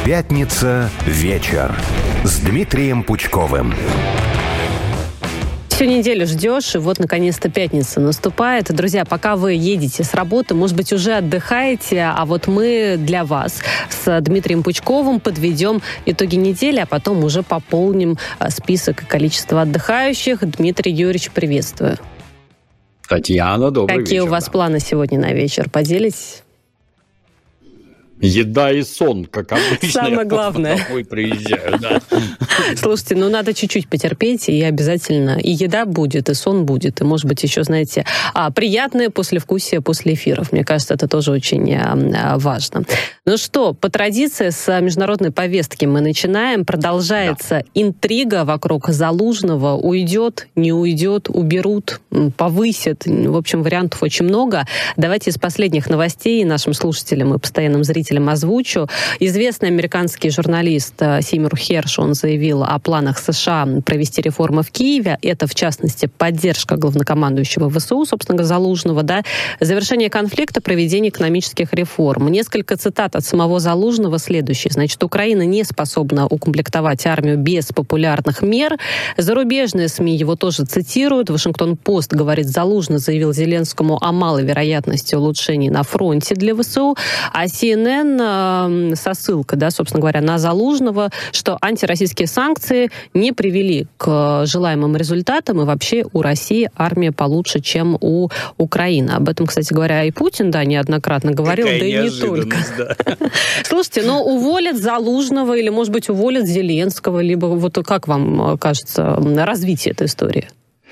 Пятница вечер с Дмитрием Пучковым. Всю неделю ждешь, и вот, наконец-то, пятница наступает. Друзья, пока вы едете с работы, может быть, уже отдыхаете, а вот мы для вас с Дмитрием Пучковым подведем итоги недели, а потом уже пополним список и количество отдыхающих. Дмитрий Юрьевич, приветствую. Татьяна, добрый вечер. Какие у вас планы сегодня на вечер? Поделитесь? Еда и сон, как обычно. Самое главное. Домой приезжаю, да. Слушайте, надо чуть-чуть потерпеть, и обязательно и еда будет, и сон будет, и, может быть, еще, знаете, приятное послевкусие после эфиров. Мне кажется, это тоже очень важно. Ну что, по традиции с международной повестки мы начинаем. Продолжается интрига вокруг Залужного. Уйдет, не уйдет, уберут, повысят. В общем, вариантов очень много. Давайте из последних новостей нашим слушателям и постоянным зрителям озвучу. Известный американский журналист Сеймур Херш, он заявил о планах США провести реформы в Киеве. Это, в частности, поддержка главнокомандующего ВСУ, собственно говоря, Залужного, завершение конфликта, проведение экономических реформ. Несколько цитат от самого Залужного следующие. Значит, Украина не способна укомплектовать армию без популярных мер. Зарубежные СМИ его тоже цитируют. Вашингтон-Пост, говорит, Залужный заявил Зеленскому о малой вероятности улучшений на фронте для ВСУ, а CNN со ссылкой, собственно говоря, на Залужного, что антироссийские санкции не привели к желаемым результатам, и вообще у России армия получше, чем у Украины. Об этом, кстати говоря, и Путин, неоднократно говорил, Какая да и не только. Да. Слушайте, уволят Залужного или, может быть, уволят Зеленского, либо вот как вам кажется развитие этой истории?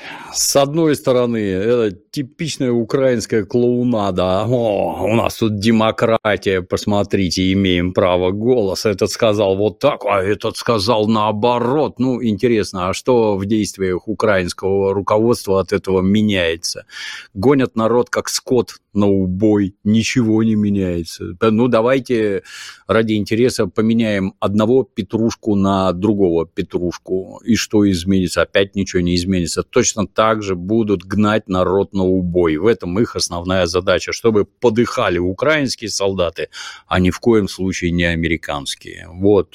С одной стороны, это типичная украинская клоунада. У нас тут демократия, посмотрите, имеем право голоса. Этот сказал вот так, а этот сказал наоборот. Интересно, а что в действиях украинского руководства от этого меняется? Гонят народ как скот на убой, ничего не меняется. Давайте ради интереса поменяем одного Петрушку на другого Петрушку. И что изменится? Опять ничего не изменится. Точно так же будут гнать народ на убой. В этом их основная задача, чтобы подыхали украинские солдаты, а ни в коем случае не американские.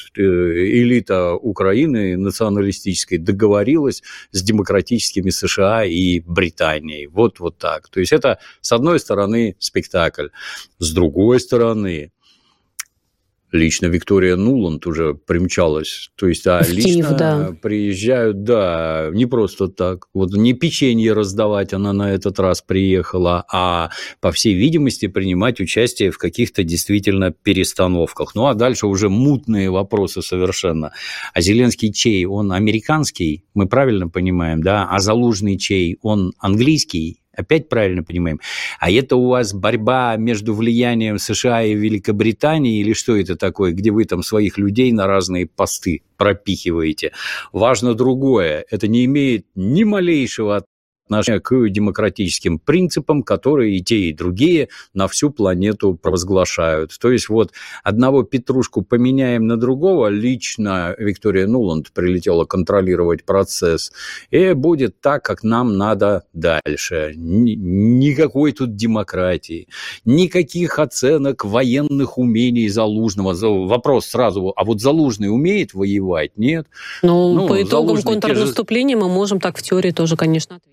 Элита Украины националистической договорилась с демократическими США и Британией. Вот так. То есть это, с одной стороны, спектакль. С другой стороны, лично Виктория Нуланд уже примчалась. То есть, лично приезжают, не просто так. Не печенье раздавать она на этот раз приехала, а, по всей видимости, принимать участие в каких-то действительно перестановках. А дальше уже мутные вопросы совершенно. А Зеленский чей? Он американский, мы правильно понимаем, да? А Залужный чей? Он английский? Опять правильно понимаем? А это у вас борьба между влиянием США и Великобритании или что это такое, где вы там своих людей на разные посты пропихиваете? Важно другое. Это не имеет ни малейшего отношения к демократическим принципам, которые и те, и другие на всю планету провозглашают. То есть одного Петрушку поменяем на другого, лично Виктория Нуланд прилетела контролировать процесс, и будет так, как нам надо дальше. Никакой тут демократии, никаких оценок военных умений Залужного. Вопрос сразу, а Залужный умеет воевать? Нет? По итогам контрнаступления мы можем так в теории тоже, конечно, ответить.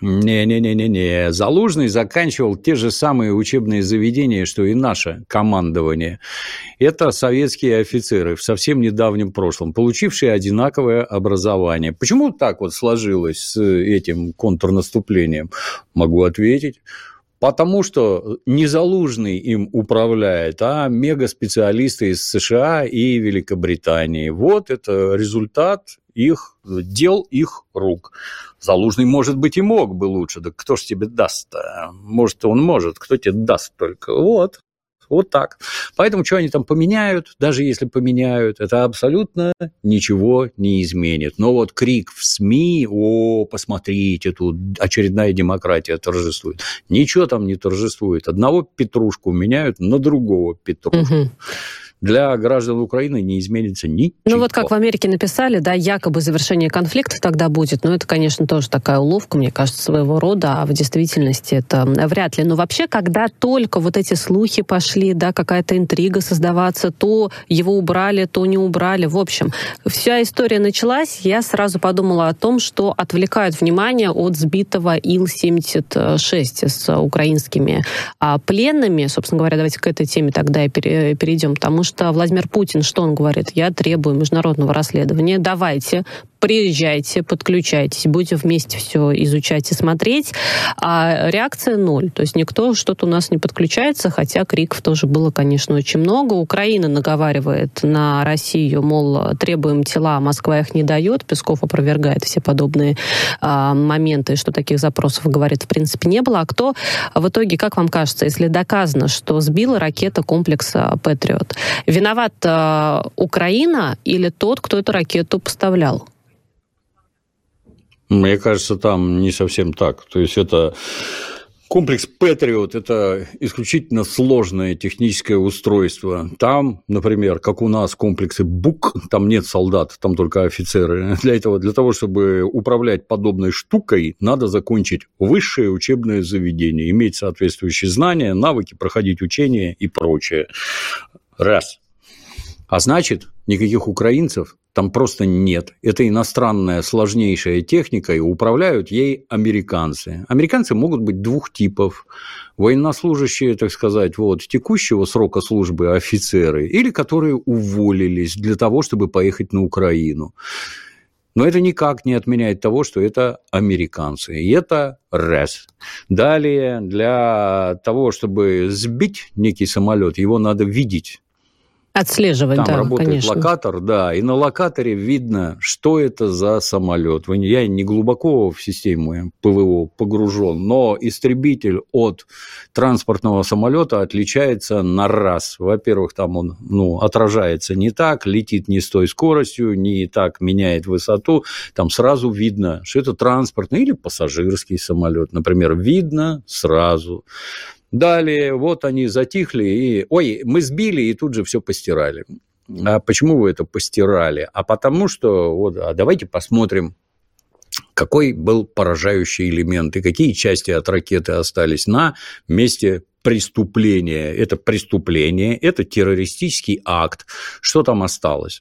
Не. Залужный заканчивал те же самые учебные заведения, что и наше командование. Это советские офицеры в совсем недавнем прошлом, получившие одинаковое образование. Почему так сложилось с этим контрнаступлением? Могу ответить. Потому что не Залужный им управляет, а мегаспециалисты из США и Великобритании. Это результат их дел, их рук. Залужный, может быть, и мог бы лучше, да кто ж тебе даст-то? Может, он может, кто тебе даст только? Вот так. Поэтому, что они там поменяют, даже если поменяют, это абсолютно ничего не изменит. Но крик в СМИ, посмотрите, тут очередная демократия торжествует. Ничего там не торжествует. Одного Петрушку меняют на другого Петрушку. для граждан Украины не изменится ничего. Ну вот как в Америке написали, да, якобы завершение конфликта тогда будет, но это, конечно, тоже такая уловка, мне кажется, своего рода, а в действительности это вряд ли. Но вообще, когда только вот эти слухи пошли, да, какая-то интрига создаваться, то его убрали, то не убрали, в общем, вся история началась, я сразу подумала о том, что отвлекают внимание от сбитого Ил-76 с украинскими пленными. Собственно говоря, давайте к этой теме тогда и перейдем, потому что Владимир Путин, что он говорит? Я требую международного расследования, давайте, приезжайте, подключайтесь, будем вместе все изучать и смотреть. А реакция ноль. То есть никто что-то у нас не подключается, хотя криков тоже было, конечно, очень много. Украина наговаривает на Россию, мол, требуем тела, Москва их не дает. Песков опровергает все подобные моменты, что таких запросов, говорит, в принципе, не было. А кто в итоге, как вам кажется, если доказано, что сбила ракета комплекса «Патриот», виноват Украина или тот, кто эту ракету поставлял? Мне кажется, там не совсем так. То есть это комплекс «Патриот» – это исключительно сложное техническое устройство. Там, например, как у нас комплексы «Бук», там нет солдат, там только офицеры. Для того, чтобы управлять подобной штукой, надо закончить высшее учебное заведение, иметь соответствующие знания, навыки, проходить учения и прочее. Раз. А значит, никаких украинцев там просто нет. Это иностранная сложнейшая техника, и управляют ей американцы. Американцы могут быть двух типов. Военнослужащие, так сказать, текущего срока службы офицеры, или которые уволились для того, чтобы поехать на Украину. Но это никак не отменяет того, что это американцы. И это раз. Далее, для того, чтобы сбить некий самолет, его надо видеть. Отслеживать, там да, работает конечно. локатор, да, и на локаторе видно, что это за самолет. Я не глубоко в систему ПВО погружен, но истребитель от транспортного самолета отличается на раз. Во-первых, там он отражается не так, летит не с той скоростью, не так меняет высоту. Там сразу видно, что это транспортный или пассажирский самолет. Например, видно сразу. Далее, они затихли, и, мы сбили, и тут же все постирали. А почему вы это постирали? А потому что, давайте посмотрим, какой был поражающий элемент, и какие части от ракеты остались на месте преступления. Это преступление, это террористический акт. Что там осталось?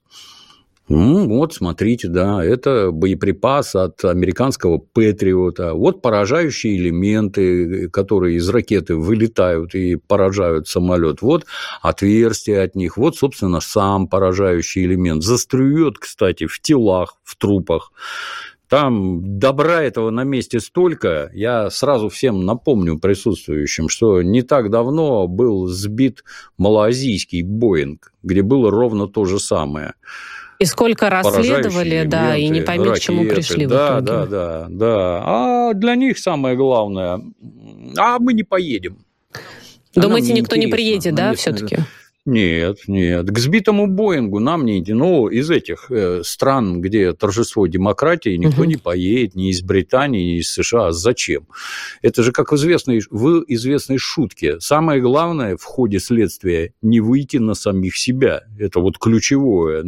Смотрите, да, это боеприпас от американского «Патриота». Поражающие элементы, которые из ракеты вылетают и поражают самолет. Отверстие от них. Собственно, сам поражающий элемент. Застрюет, кстати, в телах, в трупах. Там добра этого на месте столько. Я сразу всем напомню присутствующим, что не так давно был сбит малайзийский «Боинг», где было ровно то же самое. И сколько расследовали, да, и не пойми, к чему пришли в итоге. Да. А для них самое главное, мы не поедем. Думаете, никто не приедет, да, все-таки? Нет. К сбитому «Боингу» нам не идти. Из этих стран, где торжество демократии, никто не поедет, ни из Британии, ни из США. Зачем? Это же как в известной шутке. Самое главное в ходе следствия не выйти на самих себя. Это ключевое.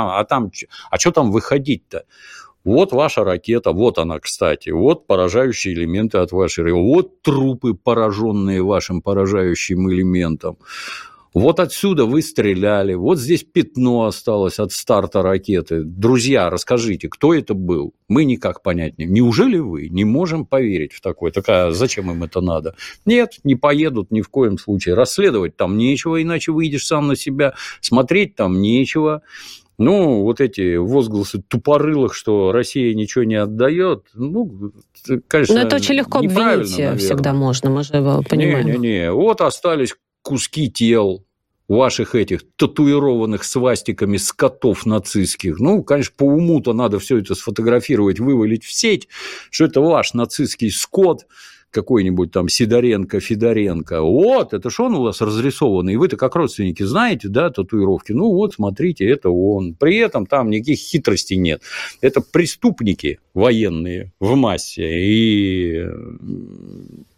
Что там выходить-то? Ваша ракета, она, кстати, поражающие элементы от вашей ракеты, трупы, пораженные вашим поражающим элементом. Отсюда вы стреляли, здесь пятно осталось от старта ракеты. Друзья, расскажите, кто это был? Мы никак понять не можем. Неужели вы не можем поверить в такое? Зачем им это надо? Нет, не поедут ни в коем случае. Расследовать там нечего, иначе выйдешь сам на себя. Смотреть там нечего. Эти возгласы тупорылых, что Россия ничего не отдает, конечно, это очень легко обвинить всегда можно, мы же его понимаем. Не. Остались куски тел ваших этих татуированных свастиками скотов нацистских. Конечно, по уму-то надо все это сфотографировать, вывалить в сеть, что это ваш нацистский скот, какой-нибудь там Сидоренко, Федоренко. Это ж он у вас разрисованный, и вы-то как родственники знаете, да, татуировки. Смотрите, это он. При этом там никаких хитростей нет. Это преступники военные в массе, и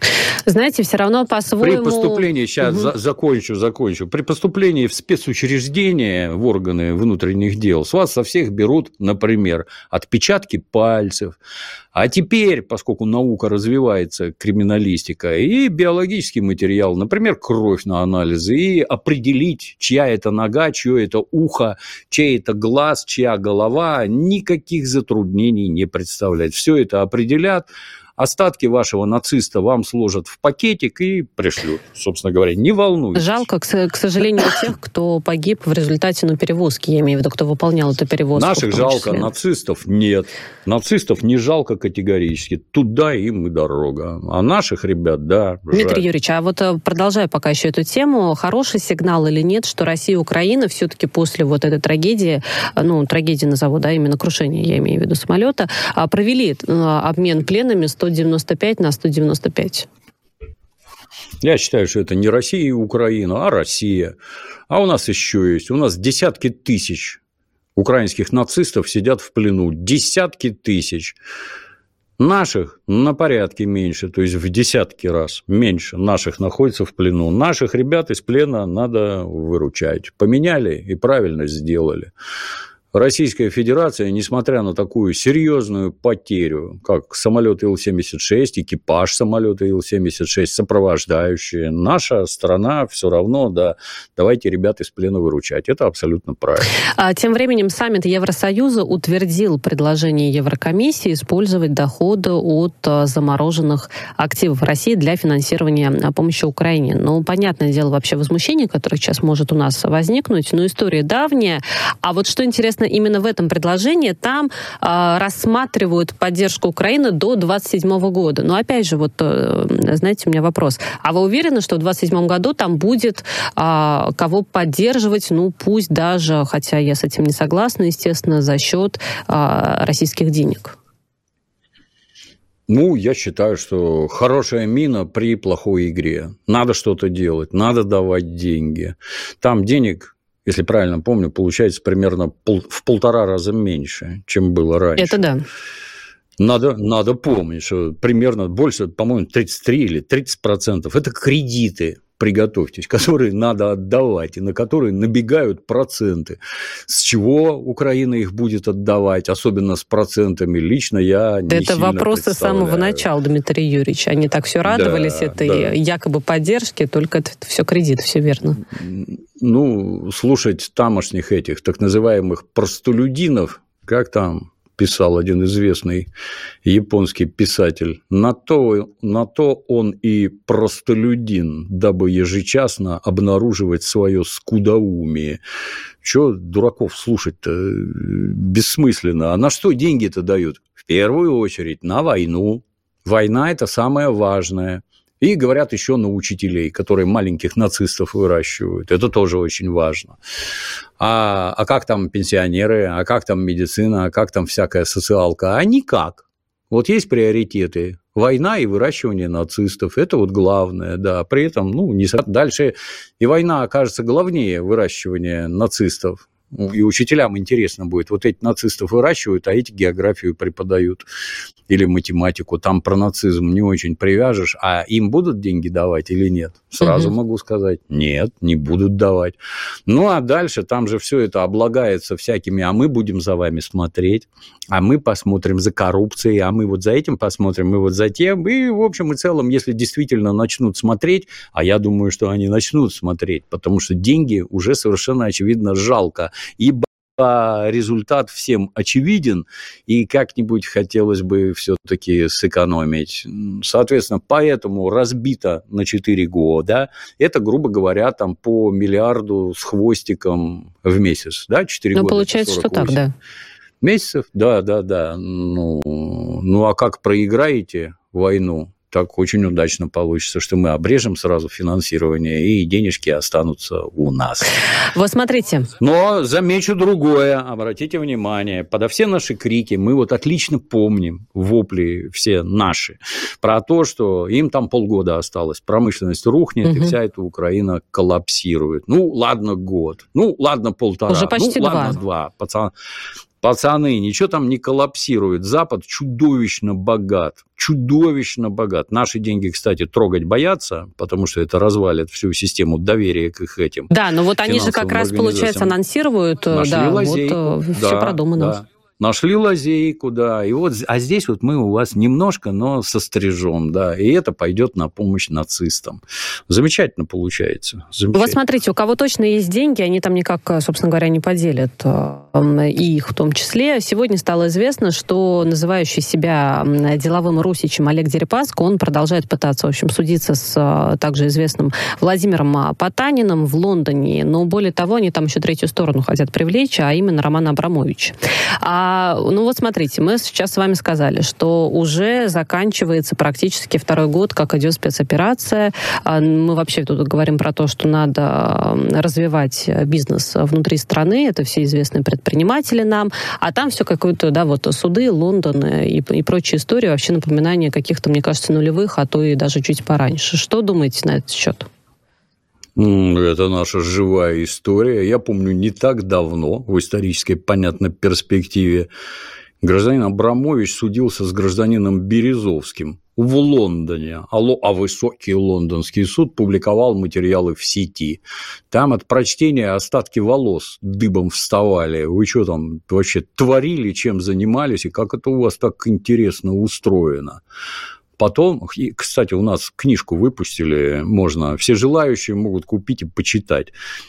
Знаете, все равно по-своему... При поступлении, сейчас закончу. При поступлении в спецучреждения, в органы внутренних дел, с вас со всех берут, например, отпечатки пальцев. А теперь, поскольку наука развивается, криминалистика, и биологический материал, например, кровь на анализы, и определить, чья это нога, чье это ухо, чей это глаз, чья голова, никаких затруднений не представляет. Все это определят. Остатки вашего нациста вам сложат в пакетик и пришлют. Собственно говоря, не волнуйтесь. Жалко, к сожалению, тех, кто погиб в результате перевозки. Я имею в виду, кто выполнял эту перевозку. Наших жалко, нацистов нет. Нацистов не жалко категорически. Туда им и дорога. А наших ребят, да, Дмитрий жаль. Юрьевич, а вот продолжая пока еще эту тему, хороший сигнал или нет, что Россия и Украина все-таки после вот этой трагедии, трагедии назову, да, именно крушение, я имею в виду, самолета, провели обмен пленными 195 на 195. Я считаю, что это не Россия и Украина, а Россия. А у нас еще есть. У нас десятки тысяч украинских нацистов сидят в плену. Десятки тысяч. Наших на порядке меньше, то есть в десятки раз меньше наших находится в плену. Наших ребят из плена надо выручать. Поменяли и правильно сделали. Российская Федерация, несмотря на такую серьезную потерю, как самолет Ил-76, экипаж самолета Ил-76, сопровождающие, наша страна все равно, да, давайте ребят из плена выручать. Это абсолютно правильно. Тем временем саммит Евросоюза утвердил предложение Еврокомиссии использовать доходы от замороженных активов России для финансирования помощи Украине. Понятное дело, вообще возмущение, которое сейчас может у нас возникнуть, но история давняя. А вот что интересно, именно в этом предложении там рассматривают поддержку Украины до 2027 года. Но опять же, знаете, у меня вопрос. А вы уверены, что в 2027 году там будет кого поддерживать, пусть даже, хотя я с этим не согласна, естественно, за счет российских денег? Я считаю, что хорошая мина при плохой игре. Надо что-то делать, надо давать деньги. Там денег, если правильно помню, получается примерно в 1,5 раза меньше, чем было раньше. Это да. Надо помнить, что примерно больше, по-моему, 33 или 30% это кредиты, приготовьтесь, которые надо отдавать и на которые набегают проценты. С чего Украина их будет отдавать, особенно с процентами, лично я не сильно представляю. Это вопросы с самого начала, Дмитрий Юрьевич. Они так все радовались этой якобы поддержке, только это все кредит, все верно. Слушать тамошних этих так называемых простолюдинов, как там писал один известный японский писатель, на то он и простолюдин, дабы ежечасно обнаруживать свое скудоумие. Чего дураков слушать-то бессмысленно? А на что деньги-то дают? В первую очередь на войну. Война – это самое важное. И говорят еще на учителей, которые маленьких нацистов выращивают. Это тоже очень важно. А как там пенсионеры, а как там медицина, а как там всякая социалка? А никак. Вот есть приоритеты. Война и выращивание нацистов. Это главное, да. При этом, дальше и война окажется главнее выращивания нацистов. И учителям интересно будет. Вот эти нацистов выращивают, а эти географию преподают. Или математику. Там про нацизм не очень привяжешь. А им будут деньги давать или нет? Сразу могу сказать. Нет, не будут давать. А дальше там же все это облагается всякими. А мы будем за вами смотреть. А мы посмотрим за коррупцией. А мы за этим посмотрим. И за тем. И в общем и целом, если действительно начнут смотреть, а я думаю, что они начнут смотреть, потому что деньги уже совершенно очевидно жалко. Ибо результат всем очевиден, и как-нибудь хотелось бы все-таки сэкономить. Соответственно, поэтому разбито на 4 года. Это, грубо говоря, там по миллиарду с хвостиком в месяц. Да? 4 года. Получается, что так, да. Месяцев? Да. А как проиграете войну, так очень удачно получится, что мы обрежем сразу финансирование, и денежки останутся у нас. Вот смотрите. Но замечу другое. Обратите внимание, подо все наши крики мы отлично помним вопли все наши про то, что им там полгода осталось, промышленность рухнет, и вся эта Украина коллапсирует. Ладно, год. Ладно, 1,5. Уже почти 2. Ладно, 2. Пацаны, ничего там не коллапсирует. Запад чудовищно богат. Чудовищно богат. Наши деньги, кстати, трогать боятся, потому что это развалит всю систему доверия к их этим. Да, но вот они же как раз, получается, анонсируют. Нашли лазейку. Вот все продумано. Да. Нашли лазейку, да, и вот, а здесь вот мы у вас немножко, но сострижем, да, и это пойдет на помощь нацистам. Замечательно получается. Замечательно. Вот смотрите, у кого точно есть деньги, они там никак, собственно говоря, не поделят, и их в том числе. Сегодня стало известно, что называющий себя деловым русичем Олег Дерипаска, он продолжает пытаться, в общем, судиться с также известным Владимиром Потаниным в Лондоне, но более того, они там еще третью сторону хотят привлечь, а именно Романа Абрамовича. Ну вот смотрите, мы сейчас с вами сказали, что уже заканчивается практически второй год, как идет спецоперация. Мы вообще тут говорим про то, что надо развивать бизнес внутри страны. Это все известные предприниматели нам. А там все какое-то, да, вот суды, Лондон и прочие истории. Вообще напоминание каких-то, мне кажется, нулевых, а то и даже чуть пораньше. Что думаете на этот счет? Это наша живая история. Я помню, не так давно, в исторической, понятно, перспективе, гражданин Абрамович судился с гражданином Березовским в Лондоне. А высокий лондонский суд публиковал материалы в сети. Там от прочтения остатки волос дыбом вставали. Вы что там вообще творили, чем занимались, и как это у вас так интересно устроено? Потом, кстати, у нас книжку выпустили, можно, все желающие могут купить и почитать.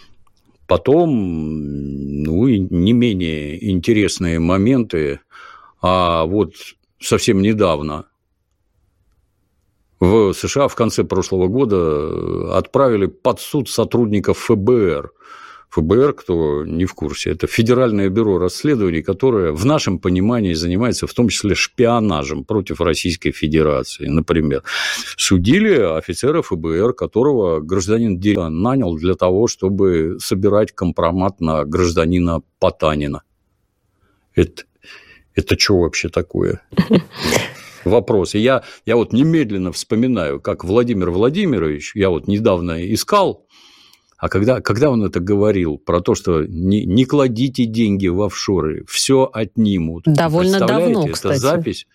Потом, и не менее интересные моменты, а вот совсем недавно в США в конце прошлого года отправили под суд сотрудников ФБР. ФБР, кто не в курсе, это Федеральное бюро расследований, которое в нашем понимании занимается в том числе шпионажем против Российской Федерации. Например, судили офицера ФБР, которого гражданин Дерипаска нанял для того, чтобы собирать компромат на гражданина Потанина. Это что вообще такое? Вопрос. И я вот немедленно вспоминаю, как Владимир Владимирович, я вот недавно искал, а когда он это говорил про то, что не кладите деньги в офшоры, все отнимут. Довольно давно, кстати. Это запись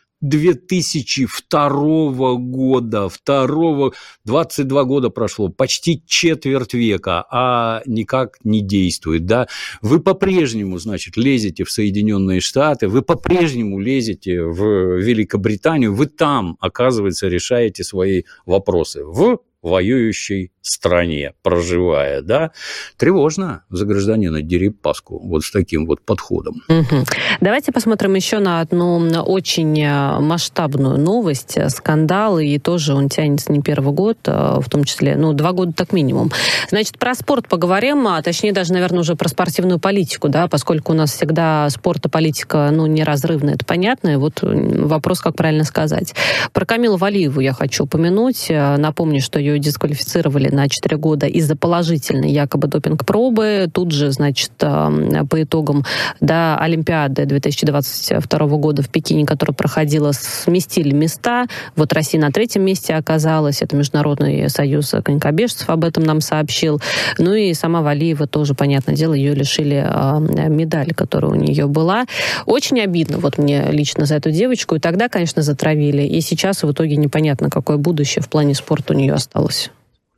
2002 года. 22 года прошло, почти четверть века, а никак не действует. Да? Вы по-прежнему, значит, лезете в Соединенные Штаты, вы по-прежнему лезете в Великобританию, вы там, оказывается, решаете свои вопросы в воюющей стране, проживая, да, тревожно за гражданина Дерипаску вот с таким вот подходом. Угу. Давайте посмотрим еще на одну очень масштабную новость, скандал, и тоже он тянется не первый год, в том числе, 2 года так минимум. Значит, про спорт поговорим, а точнее даже, наверное, уже про спортивную политику, да, поскольку у нас всегда спорт и политика, неразрывны, это понятно, и вот вопрос, как правильно сказать. Про Камилу Валиеву я хочу упомянуть, напомню, что ее дисквалифицировали на 4 года из-за положительной якобы допинг-пробы. Тут же, значит, по итогам Олимпиады 2022 года в Пекине, которая проходила, сместили места. Вот Россия на 3-м месте оказалась. Это Международный союз конькобежцев об этом нам сообщил. И сама Валиева тоже, понятное дело, ее лишили медали, которая у нее была. Очень обидно вот мне лично за эту девочку. И тогда, конечно, затравили. И сейчас в итоге непонятно, какое будущее в плане спорта у нее осталось.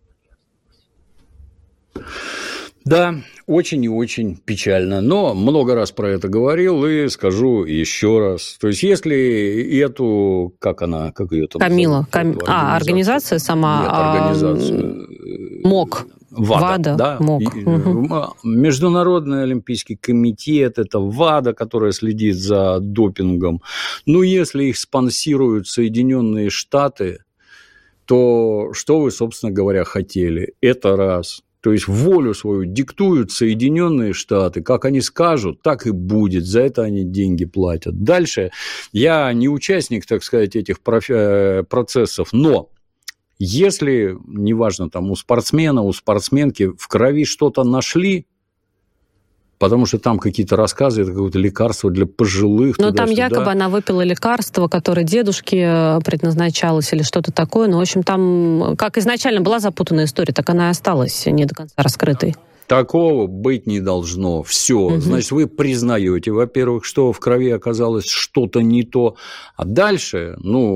Да, очень и очень печально, но много раз про это говорил и скажу еще раз. То есть, если эту, как ее там Камила, организация сама? Нет, организация. МОК. ВАДА, да? МОК. Международный олимпийский комитет, это ВАДА, которая следит за допингом. Если их спонсируют Соединенные Штаты, то что вы, собственно говоря, хотели? Это раз. То есть волю свою диктуют Соединенные Штаты. Как они скажут, так и будет. За это они деньги платят. Дальше я не участник, так сказать, этих процессов, но если, неважно, там у спортсмена, у спортсменки в крови что-то нашли, потому что там какие-то рассказы, это какое-то лекарство для пожилых. Но там якобы она выпила лекарство, которое дедушке предназначалось или что-то такое. В общем, там, как изначально была запутанная история, так она и осталась не до конца раскрытой. Такого быть не должно. Все. Значит, вы признаете, во-первых, что в крови оказалось что-то не то. А дальше,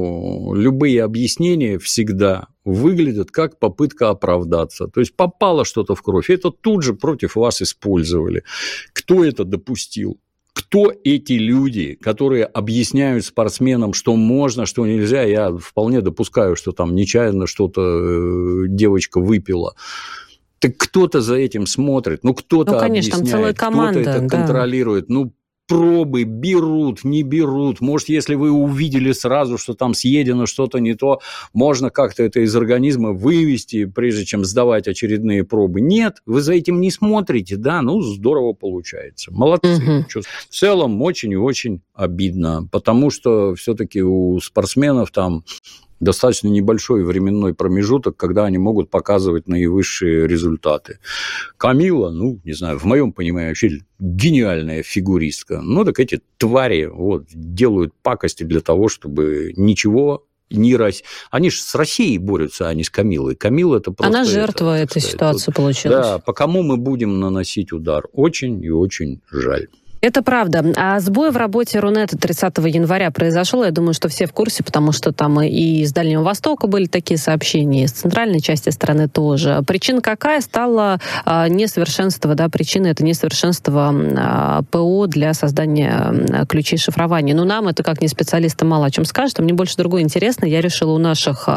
любые объяснения всегда выглядят как попытка оправдаться. То есть попало что-то в кровь, это тут же против вас использовали. Кто это допустил? Кто эти люди, которые объясняют спортсменам, что можно, что нельзя? Я вполне допускаю, что там нечаянно что-то девочка выпила. Так кто-то за этим смотрит, кто-то конечно, объясняет, там целая команда, кто-то это контролирует. Пробы берут, не берут. Может, если вы увидели сразу, что там съедено что-то не то, можно как-то это из организма вывести, прежде чем сдавать очередные пробы. Нет, вы за этим не смотрите, да, здорово получается. Молодцы. В целом, очень и очень обидно, потому что все-таки у спортсменов там достаточно небольшой временной промежуток, когда они могут показывать наивысшие результаты. Камила, не знаю, в моем понимании, вообще гениальная фигуристка. Так эти твари делают пакости для того, чтобы ничего не Они же с Россией борются, а не с Камилой. Камила – это просто... Она жертва этой ситуации получилась. Да, по кому мы будем наносить удар? Очень и очень жаль. Это правда. А сбой в работе Рунета 30 января произошел. Я думаю, что все в курсе, потому что там и из Дальнего Востока были такие сообщения, и с центральной части страны тоже. Причина какая? Стало несовершенство, причина – это несовершенство ПО для создания ключей шифрования. Нам это, как не специалисты, мало о чем скажет. Мне больше другое интересно. Я решила у наших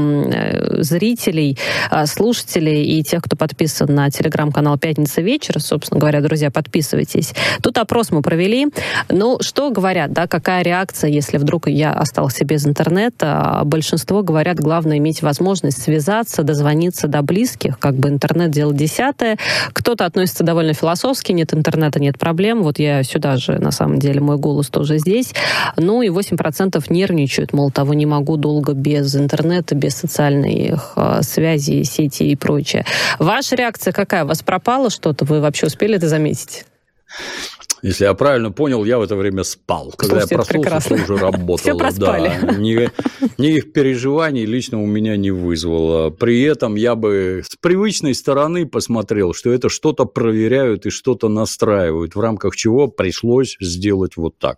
зрителей, слушателей и тех, кто подписан на телеграм-канал «Пятница вечер», собственно говоря, друзья, подписывайтесь. Тут опрос мы провели. Что говорят, какая реакция, если вдруг я остался без интернета? Большинство говорят, главное иметь возможность связаться, дозвониться до близких, интернет дело десятое. Кто-то относится довольно философски, нет интернета, нет проблем. Я сюда же, на самом деле, мой голос тоже здесь. И 8% нервничают, мол, того не могу долго без интернета, без социальных связей, сетей и прочее. Ваша реакция какая? У вас пропало что-то? Вы вообще успели это заметить? Если я правильно понял, я в это время спал. Когда я проснулся, то уже работало. Все проспали. Да, никаких переживаний лично у меня не вызвало. При этом я бы с привычной стороны посмотрел, что это что-то проверяют и что-то настраивают, в рамках чего пришлось сделать вот так.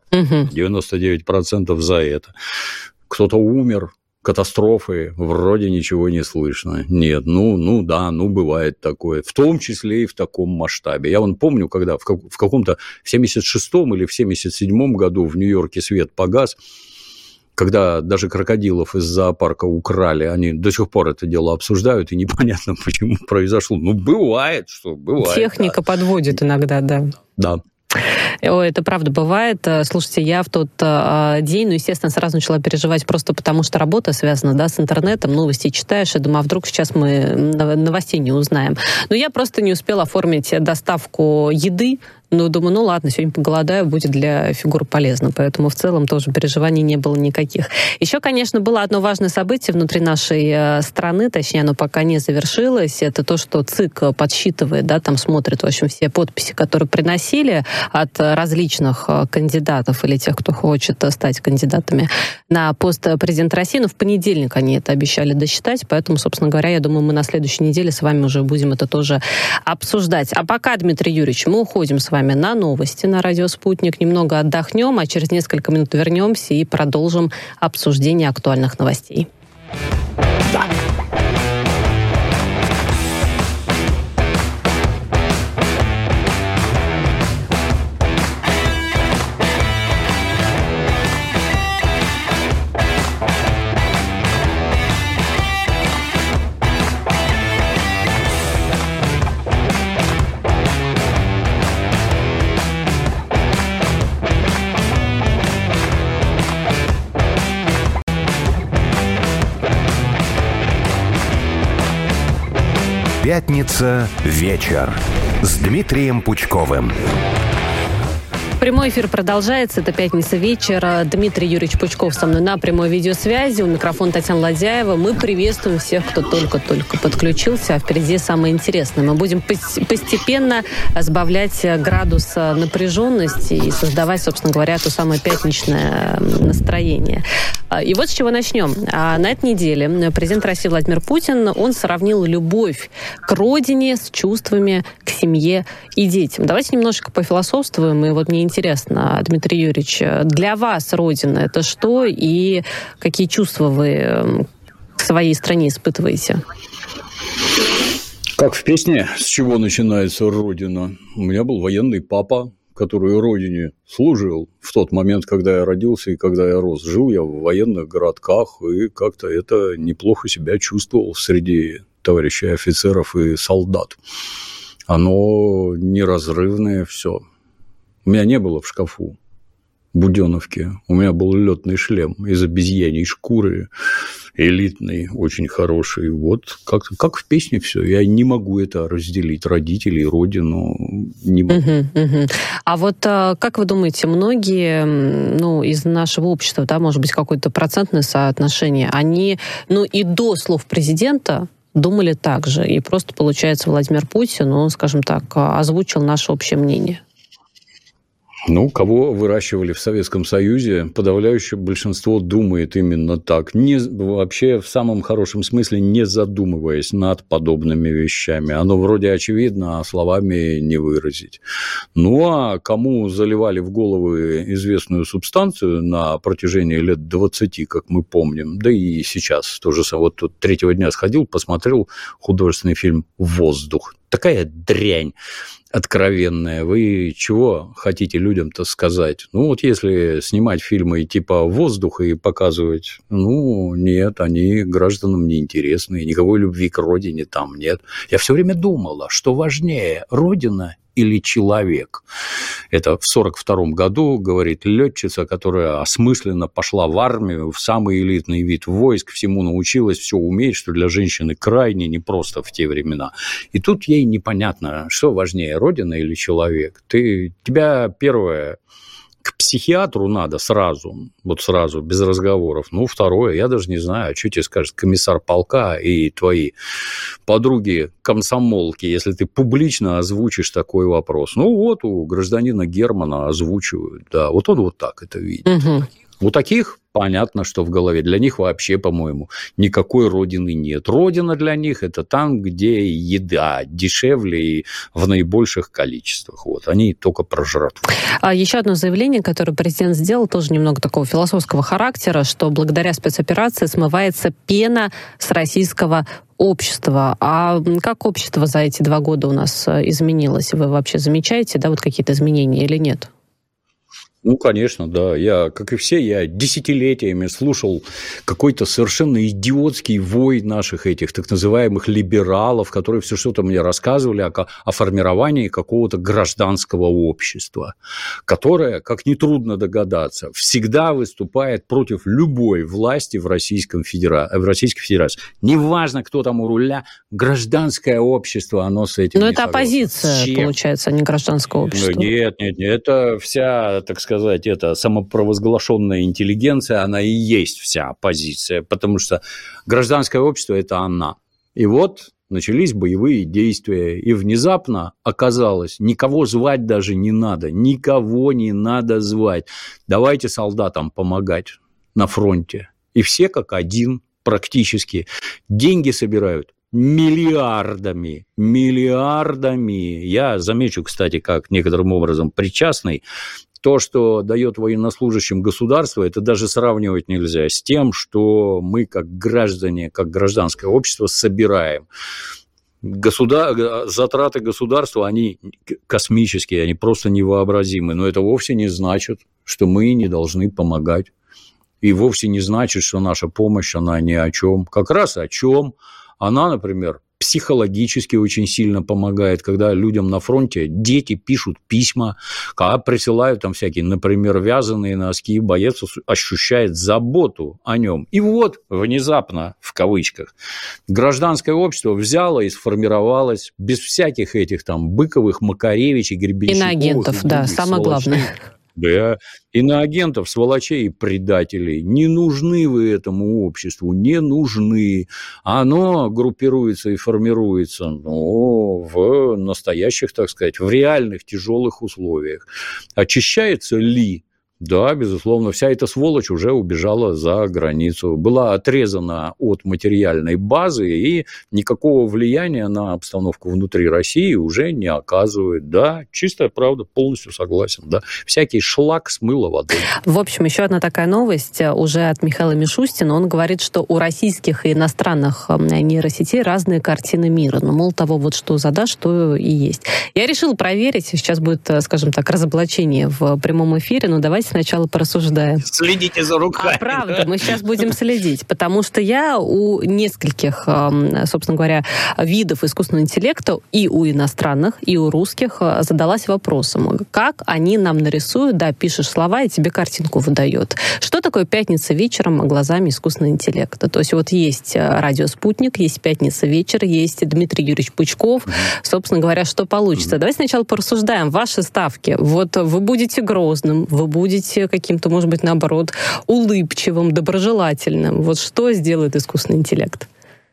99% за это. Кто-то умер. Катастрофы, вроде ничего не слышно. Нет, бывает такое. В том числе и в таком масштабе. Я помню, когда в каком-то в 76-м или в 77-м году в Нью-Йорке свет погас, когда даже крокодилов из зоопарка украли, они до сих пор это дело обсуждают, и непонятно, почему произошло. Бывает. Техника подводит иногда, да. Да. Это правда бывает. Слушайте, я в тот день, естественно, сразу начала переживать просто потому, что работа связана, с интернетом, новости читаешь, и думаю, а вдруг сейчас мы новостей не узнаем. Но я просто не успела оформить доставку еды. Думаю, ладно, сегодня поголодаю, будет для фигуры полезно. Поэтому в целом тоже переживаний не было никаких. Еще, конечно, было одно важное событие внутри нашей страны, точнее, оно пока не завершилось. Это то, что ЦИК подсчитывает, там смотрит, в общем, все подписи, которые приносили от различных кандидатов или тех, кто хочет стать кандидатами на пост президента России. Но в понедельник они это обещали досчитать, поэтому, собственно говоря, я думаю, мы на следующей неделе с вами уже будем это тоже обсуждать. А пока, Дмитрий Юрьевич, мы уходим с вами на новости на радио «Спутник», немного отдохнем, а через несколько минут вернемся и продолжим обсуждение актуальных новостей. Да. Пятница вечер с Дмитрием Пучковым. Прямой эфир продолжается. Это пятница вечер. Дмитрий Юрьевич Пучков со мной на прямой видеосвязи. У микрофона Татьяна Ладяева. Мы приветствуем всех, кто только-только подключился. А впереди самое интересное. Мы будем постепенно сбавлять градус напряженности и создавать, собственно говоря, то самое пятничное настроение. И вот с чего начнем. На этой неделе президент России Владимир Путин, он сравнил любовь к родине с чувствами к семье и детям. Давайте немножечко пофилософствуем. И вот мне интересно, Дмитрий Юрьевич, для вас родина — это что? И какие чувства вы к своей стране испытываете? Как в песне «С чего начинается родина?» У меня был военный папа, который родине служил в тот момент, когда я родился и когда я рос. Жил я в военных городках и как-то это неплохо себя чувствовал среди товарищей офицеров и солдат. Оно неразрывное все. У меня не было в шкафу буденовки. У меня был летный шлем из обезьяньей шкуры, элитный, очень хороший. Вот как в песне все. Я не могу это разделить. Родителей, родину не могу. А вот как вы думаете, многие из нашего общества, да, может быть, какое-то процентное соотношение, они и до слов президента думали так же. И просто, получается, Владимир Путин, он, скажем так, озвучил наше общее мнение? Кого выращивали в Советском Союзе, подавляющее большинство думает именно так. Вообще, в самом хорошем смысле, не задумываясь над подобными вещами. Оно вроде очевидно, а словами не выразить. А кому заливали в головы известную субстанцию на протяжении лет 20, как мы помним, да и сейчас тоже. Вот тут 3-го дня сходил, посмотрел художественный фильм «Воздух». Такая дрянь откровенная. Вы чего хотите людям-то сказать? Если снимать фильмы типа «Воздуха» и показывать, нет, они гражданам неинтересны, никакой любви к родине там нет. Я все время думала, что важнее, родина или человек. Это в 1942 году, говорит летчица, которая осмысленно пошла в армию, в самый элитный вид войск, всему научилась, все умеет, что для женщины крайне непросто в те времена. И тут ей непонятно, что важнее, родина или человек. Тебя первое... К психиатру надо сразу, без разговоров. Второе, я даже не знаю, что тебе скажет комиссар полка и твои подруги-комсомолки, если ты публично озвучишь такой вопрос. У гражданина Германа озвучивают, да, он вот так это видит. У таких понятно, что в голове. Для них вообще, по-моему, никакой родины нет. Родина для них – это там, где еда дешевле и в наибольших количествах. Они только про жратву. Еще одно заявление, которое президент сделал, тоже немного такого философского характера, что благодаря спецоперации смывается пена с российского общества. А как общество за эти 2 года у нас изменилось? Вы вообще замечаете, какие-то изменения или нет? Конечно, да. Я, как и все, десятилетиями слушал какой-то совершенно идиотский вой наших этих так называемых либералов, которые все что-то мне рассказывали о формировании какого-то гражданского общества, которое, как нетрудно догадаться, всегда выступает против любой власти в Российской Федерации. Неважно, кто там у руля, гражданское общество, оно с этим не это согласно. Оппозиция, получается, а не гражданское общество. Нет, это вся, так сказать, это самопровозглашенная интеллигенция, она и есть вся оппозиция, потому что гражданское общество – это она. И начались боевые действия, и внезапно оказалось, никого звать даже не надо, никого не надо звать. Давайте солдатам помогать на фронте. И все как один практически деньги собирают миллиардами. Я замечу, кстати, как некоторым образом причастный, то, что дает военнослужащим государство, это даже сравнивать нельзя с тем, что мы, как граждане, как гражданское общество, собираем. Затраты государства, они космические, они просто невообразимы. Но это вовсе не значит, что мы не должны помогать. И вовсе не значит, что наша помощь, она ни о чем. Как раз о чем. Она, например, психологически очень сильно помогает, когда людям на фронте дети пишут письма, когда присылают там всякие, например, вязаные носки, боец ощущает заботу о нем. И вот внезапно, в кавычках, гражданское общество взяло и сформировалось без всяких этих там Быковых, Макаревичей, Гребенщиковых. Иноагентов, да, самое главное. Да, иноагентов, сволочей и предателей. Не нужны вы этому обществу, не нужны. Оно группируется и формируется в настоящих, так сказать, в реальных тяжелых условиях. Очищается ли? Да, безусловно, вся эта сволочь уже убежала за границу, была отрезана от материальной базы и никакого влияния на обстановку внутри России уже не оказывает. Да, чистая правда, полностью согласен. Да. Всякий шлак смыло водой. В общем, еще одна такая новость уже от Михаила Мишустина. Он говорит, что у российских и иностранных нейросетей разные картины мира. Но, мол, того вот что задашь, то и есть. Я решила проверить. Сейчас будет, скажем так, разоблачение в прямом эфире, но давайте сначала порассуждаем. Следите за руками. Правда, мы сейчас будем следить, потому что я у нескольких, собственно говоря, видов искусственного интеллекта и у иностранных, и у русских задалась вопросом, как они нам нарисуют, да, пишешь слова, и тебе картинку выдает. Что такое «Пятница вечером» глазами искусственного интеллекта? То есть вот есть радио «Спутник», есть «Пятница вечер», есть Дмитрий Юрьевич Пучков. Собственно говоря, что получится? Давайте сначала порассуждаем. Ваши ставки. Вот вы будете Грозным, вы будете каким-то, может быть, наоборот, улыбчивым, доброжелательным. Вот что сделает искусственный интеллект?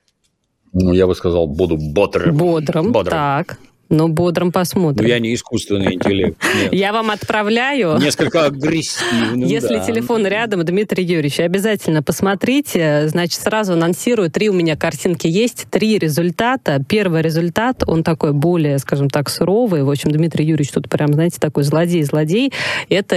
Ну, я бы сказал, буду бодрым. Бодрым. Так. Ну, бодрым посмотрим. Но я не искусственный интеллект. Нет. Я вам отправляю. Несколько агрессивным, Если телефон рядом, Дмитрий Юрьевич, обязательно посмотрите. Значит, сразу анонсирую. 3 у меня картинки есть, 3 результата. Первый результат, он такой более, скажем так, суровый. В общем, Дмитрий Юрьевич тут прям, знаете, такой злодей. Это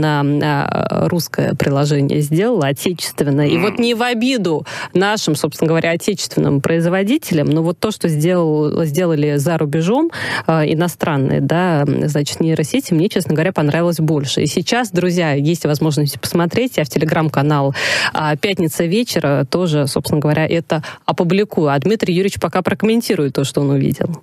именно русское приложение сделало, отечественное. И вот не в обиду нашим, собственно говоря, отечественным производителям, но вот то, что сделали за рубежом, иностранные, да, значит, нейросети, мне, честно говоря, понравилось больше. И сейчас, друзья, есть возможность посмотреть. Я в телеграм-канал «Пятница вечера» тоже, собственно говоря, это опубликую. А Дмитрий Юрьевич пока прокомментирует то, что он увидел.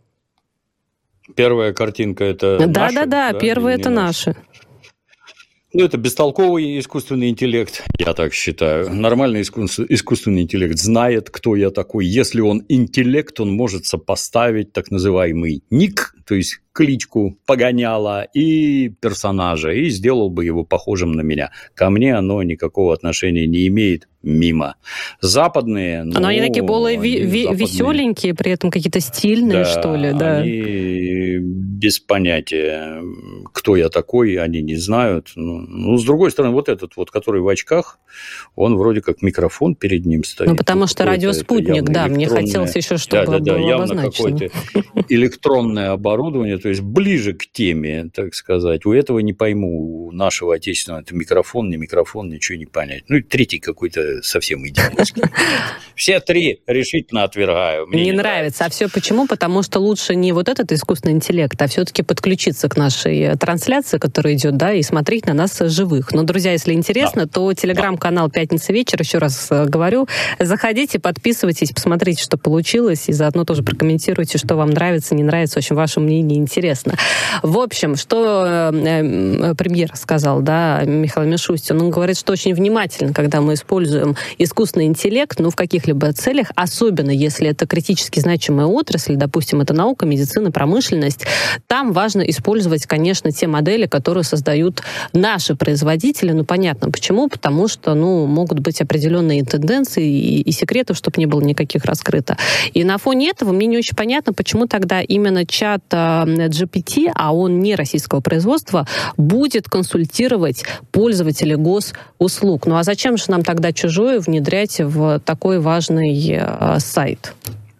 Первая картинка – это наши? Да, первая – это наши. Ну, это бестолковый искусственный интеллект, я так считаю. Нормальный искусственный интеллект знает, кто я такой. Если он интеллект, он может сопоставить так называемый ник, то есть кличку Погоняло и персонажа, и сделал бы его похожим на меня. Ко мне оно никакого отношения не имеет, мимо. Западные... Но они такие более веселенькие, при этом какие-то стильные, да, что ли, да? Они без понятия, кто я такой, они не знают. Ну, с другой стороны, вот этот вот, который в очках, он вроде как микрофон перед ним стоит. Ну, потому что радио «Спутник», да, мне хотелось еще, чтобы было явно какое-то электронное оборудование, то есть ближе к теме, так сказать. У этого не пойму, у нашего отечественного, это микрофон, не микрофон, ничего не понять. Ну, и третий какой-то совсем идиотский. Все 3 решительно отвергаю. Мне не нравится. А все почему? Потому что лучше не вот этот искусственный интеллект, а все-таки подключиться к нашей трансляции, которая идет, да, и смотреть на нас живых. Но, друзья, если интересно, то телеграм-канал «Пятница вечер», еще раз говорю, заходите, подписывайтесь, посмотрите, что получилось, и заодно тоже прокомментируйте, что вам нравится, не нравится, в общем, ваше мнение интересно. В общем, что премьер сказал, да, Михаил Мишустин, он говорит, что очень внимательно, когда мы используем искусственный интеллект, в каких-либо целях, особенно если это критически значимая отрасль, допустим, это наука, медицина, промышленность, там важно использовать, конечно, те модели, которые создают наши производители. Понятно, почему? Потому что, могут быть определенные тенденции и секретов, чтобы не было никаких раскрыто. И на фоне этого мне не очень понятно, почему тогда именно чат GPT, а он не российского производства, будет консультировать пользователей госуслуг. А зачем же нам тогда чужое внедрять в такой важный сайт?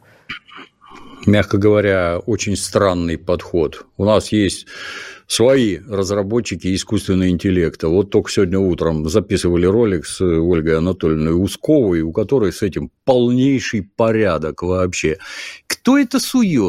Мягко говоря, очень странный подход. У нас есть свои разработчики искусственного интеллекта. Вот только сегодня утром записывали ролик с Ольгой Анатольевной Усковой, у которой с этим полнейший порядок вообще. Кто это сует?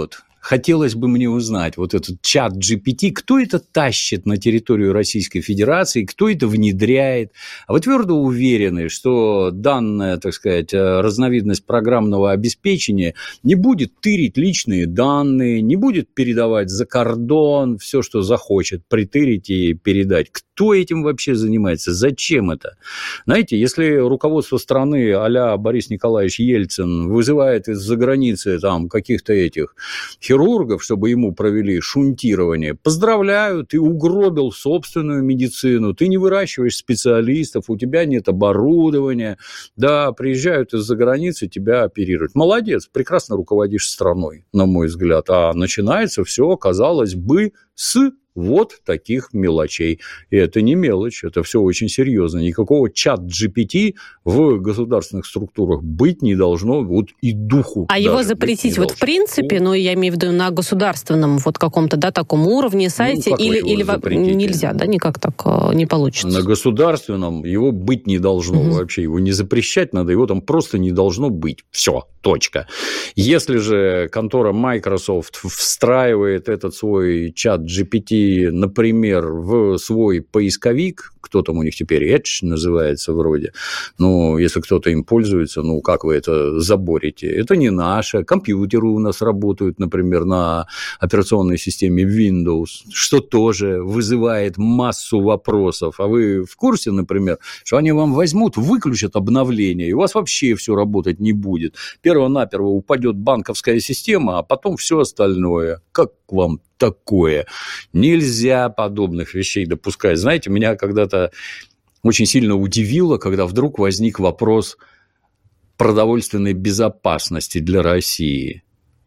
хотелось бы мне узнать, вот этот чат GPT, кто это тащит на территорию Российской Федерации, кто это внедряет. А вы твердо уверены, что данная, так сказать, разновидность программного обеспечения не будет тырить личные данные, не будет передавать за кордон все, что захочет, притырить и передать? Кто этим вообще занимается? Зачем это? Знаете, если руководство страны а-ля Борис Николаевич Ельцин вызывает из-за границы там каких-то этих хирургов, чтобы ему провели шунтирование, поздравляю, ты угробил собственную медицину, ты не выращиваешь специалистов, у тебя нет оборудования, да, приезжают из-за границы, тебя оперируют. Молодец, прекрасно руководишь страной, на мой взгляд. А начинается все, казалось бы, с вот таких мелочей. И это не мелочь, это все очень серьезно. Никакого чат-GPT в государственных структурах быть не должно, вот и духу. А его запретить вот в принципе, ну, я имею в виду на государственном вот каком-то, да, таком уровне, сайте, или нельзя, да, никак так не получится? На государственном его быть не должно вообще, его не запрещать надо, его там просто не должно быть. Все, точка. Если же контора Microsoft встраивает этот свой чат GPT, например, в свой поисковик, кто там у них теперь, Edge называется вроде, ну, если кто-то им пользуется, ну, как вы это заборите? Это не наше. Компьютеры у нас работают, например, на операционной системе Windows, что тоже вызывает массу вопросов. А вы в курсе, например, что они вам возьмут, выключат обновление, и у вас вообще все работать не будет. Перво-наперво упадет банковская система, а потом все остальное. Как вам такое? Нельзя подобных вещей допускать. Знаете, меня когда-то очень сильно удивило, когда вдруг возник вопрос продовольственной безопасности для России.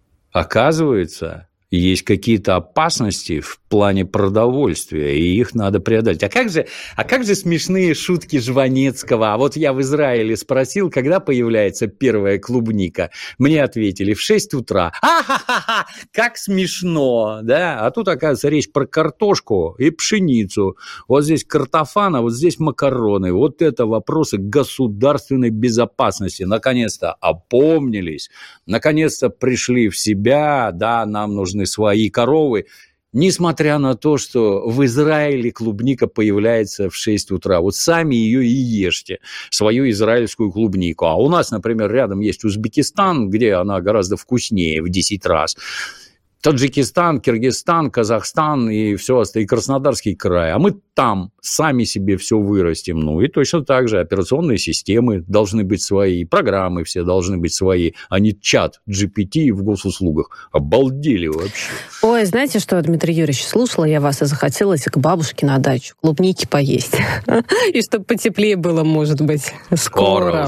Оказывается, есть какие-то опасности в плане продовольствия, и их надо преодолеть. А как же смешные шутки Жванецкого? А вот я в Израиле спросил, когда появляется первая клубника. Мне ответили, в 6 утра. А-ха-ха-ха! Как смешно! Да? А тут, оказывается, речь про картошку и пшеницу. Вот здесь картофан, а вот здесь макароны. Вот это вопросы государственной безопасности. Наконец-то опомнились, наконец-то пришли в себя. Да, нам нужны свои коровы. Несмотря на то, что в Израиле клубника появляется в 6 утра. Вот сами ее и ешьте, свою израильскую клубнику. А у нас, например, рядом есть Узбекистан, где она гораздо вкуснее в 10 раз. Таджикистан, Киргизстан, Казахстан и все остальное, и Краснодарский край. А мы там сами себе все вырастим. Ну и точно так же операционные системы должны быть свои, программы все должны быть свои, а не чат GPT в госуслугах. Обалдели вообще. Ой, знаете что, Дмитрий Юрьевич, слушала я вас и захотелось к бабушке на дачу клубники поесть. И чтобы потеплее было, может быть. Скоро.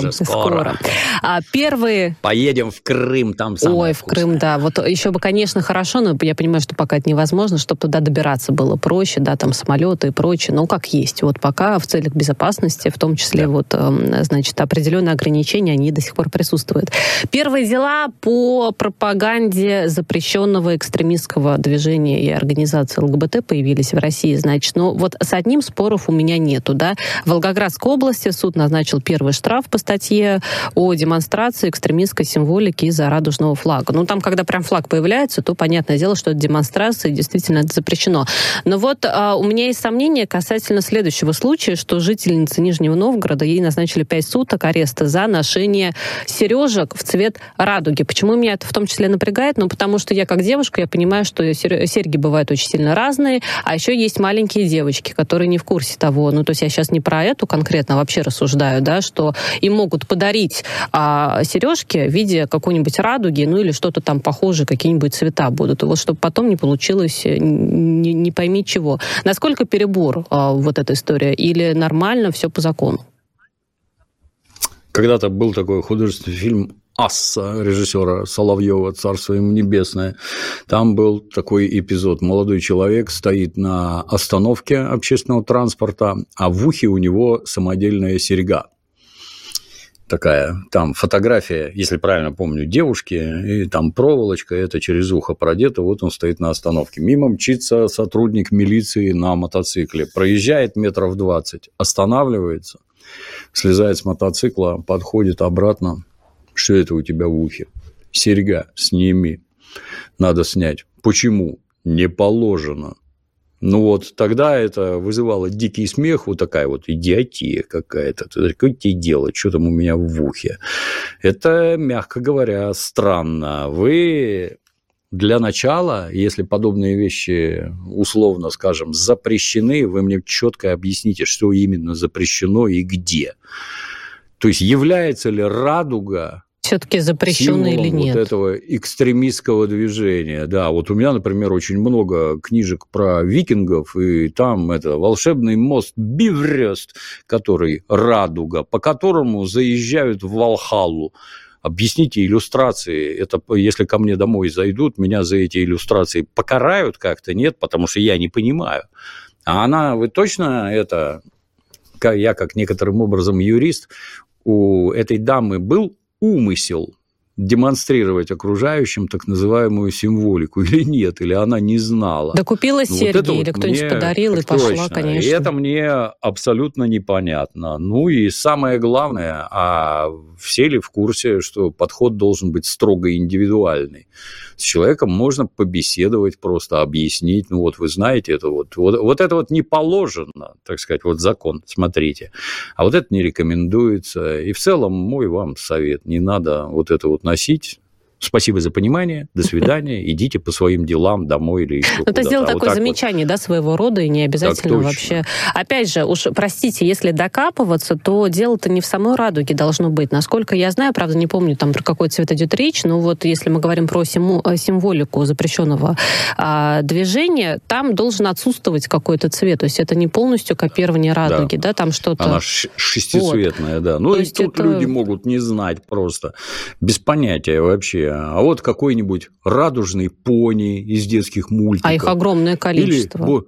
А первые... Поедем в Крым, там самое Ой, в Крым, да. Вот еще бы, конечно, хорошо, но я понимаю, что пока это невозможно, чтобы туда добираться было проще, да, там самолеты и прочее. Ну, как есть. Вот пока в целях безопасности, в том числе, вот, значит, определенные ограничения, они до сих пор присутствуют. Первые дела по пропаганде запрещенного экстремистского движения и организации ЛГБТ появились в России, значит. Но вот с одним споров у меня нету, да. В Волгоградской области суд назначил первый штраф по статье о демонстрации экстремистской символики из-за радужного флага. Ну, там, когда прям флаг появляется, то понятное дело, что это демонстрация, и действительно это запрещено. Но вот у меня есть сомнения касательно следующего случая, что жительница Нижнего Новгорода, ей назначили 5 суток ареста за ношение сережек в цвет радуги. Почему меня это в том числе напрягает? Ну, потому что я как девушка, я понимаю, что серьги бывают очень сильно разные, а еще есть маленькие девочки, которые не в курсе того, ну, то есть я сейчас не про эту конкретно вообще рассуждаю, да, что им могут подарить сережки в виде какой-нибудь радуги, ну, или что-то там похожее, какие-нибудь цвета будут. И вот чтобы потом не получилось не пойми чего. Насколько перебор вот эта история, или нормально все по закону? Когда-то был такой художественный фильм «Асса» режиссера Соловьева, царство ему небесное. Там был такой эпизод. Молодой человек стоит на остановке общественного транспорта, а в ухе у него самодельная серьга. Такая, там фотография, если правильно помню, девушки, и там проволочка, это через ухо продето, вот он стоит на остановке. Мимо мчится сотрудник милиции на мотоцикле, проезжает 20 метров, останавливается, слезает с мотоцикла, подходит обратно. Что это у тебя в ухе? Серьга, сними. надо снять. Почему? Не положено. Ну вот тогда это вызывало дикий смех, вот такая вот идиотия какая-то. Какое тебе дело, что там у меня в ухе? Это, мягко говоря, странно. Вы для начала, если подобные вещи, условно скажем, запрещены, вы мне четко объясните, что именно запрещено и где. То есть является ли радуга все-таки запрещено или нет? Вот этого экстремистского движения. Да, вот у меня, например, очень много книжек про викингов, и там это волшебный мост Бифрёст, который радуга, по которому заезжают в Валхаллу. Объясните иллюстрации. Это если ко мне домой зайдут, меня за эти иллюстрации покарают как-то? Нет, потому что я не понимаю. А она, вы точно это... Я, как некоторым образом юрист, у этой дамы был умысел демонстрировать окружающим так называемую символику или нет, или она не знала. Да купила серьги, или кто-нибудь подарил, и пошла, точно, конечно. И это мне абсолютно непонятно. Ну и самое главное, а все ли в курсе, что подход должен быть строго индивидуальный? С человеком можно побеседовать, просто объяснить. Ну вот вы знаете, это вот это вот не положено, так сказать, вот закон, смотрите. А вот это не рекомендуется. И в целом мой вам совет, не надо вот это вот носить. Спасибо за понимание, до свидания, идите по своим делам домой или еще куда-то. Это сделал такое замечание, да, своего рода, и не обязательно вообще... Опять же, уж простите, если докапываться, то дело-то не в самой радуге должно быть. Насколько я знаю, правда, не помню, там про какой цвет идет речь, но вот если мы говорим про символику запрещенного движения, там должен отсутствовать какой-то цвет, то есть это не полностью копирование радуги, да, там что-то... Она шестицветная, вот. Да. Ну то и тут люди могут не знать просто, без понятия вообще. А вот какой-нибудь радужный пони из детских мультиков. А их огромное количество.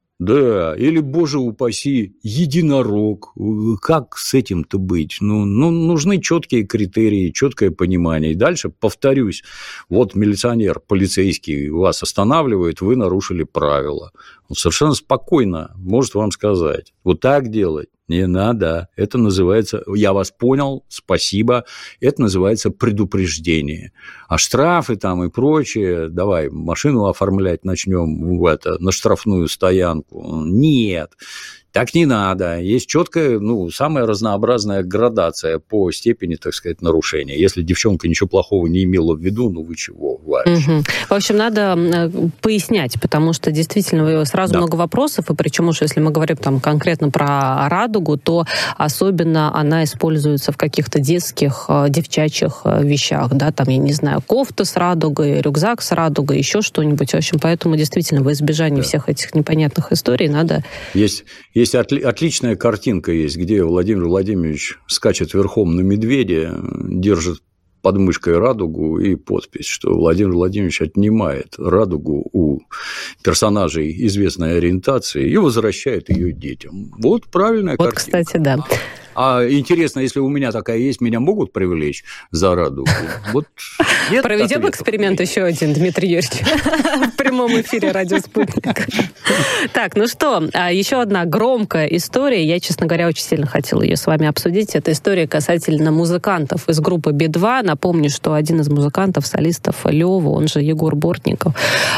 Или, боже упаси, единорог. Как с этим-то быть? Ну, нужны четкие критерии, четкое понимание. И дальше, повторюсь, вот милиционер, полицейский вас останавливает, вы нарушили правила. Он совершенно спокойно может вам сказать, вот так делать не надо. Это называется, я вас понял, спасибо, это называется предупреждение. А штрафы там и прочее, давай машину оформлять начнем на штрафную стоянку. Нет. Так не надо. Есть четкая, самая разнообразная градация по степени, так сказать, нарушения. Если девчонка ничего плохого не имела в виду, вы чего, вообще. Угу. В общем, надо пояснять, потому что действительно сразу много вопросов, и причем уж если мы говорим там конкретно про радугу, то особенно она используется в каких-то детских, девчачьих вещах, да, там, я не знаю, кофта с радугой, рюкзак с радугой, еще что-нибудь. В общем, поэтому действительно во избежание всех этих непонятных историй надо... Есть отличная картинка, где Владимир Владимирович скачет верхом на медведя, держит под мышкой радугу и подпись, что Владимир Владимирович отнимает радугу у персонажей известной ориентации и возвращает ее детям. Вот правильная картинка. Вот, кстати, да. А интересно, если у меня такая есть, меня могут привлечь за радугу? Вот нет. Проведем эксперимент еще один, Дмитрий Юрьевич, в прямом эфире «Радио Спутник». Так, ну что, еще одна громкая история. Я, честно говоря, очень сильно хотела ее с вами обсудить. Это история касательно музыкантов из группы Би-2. Напомню, что один из музыкантов, солистов Лёва, он же Егор Бортников,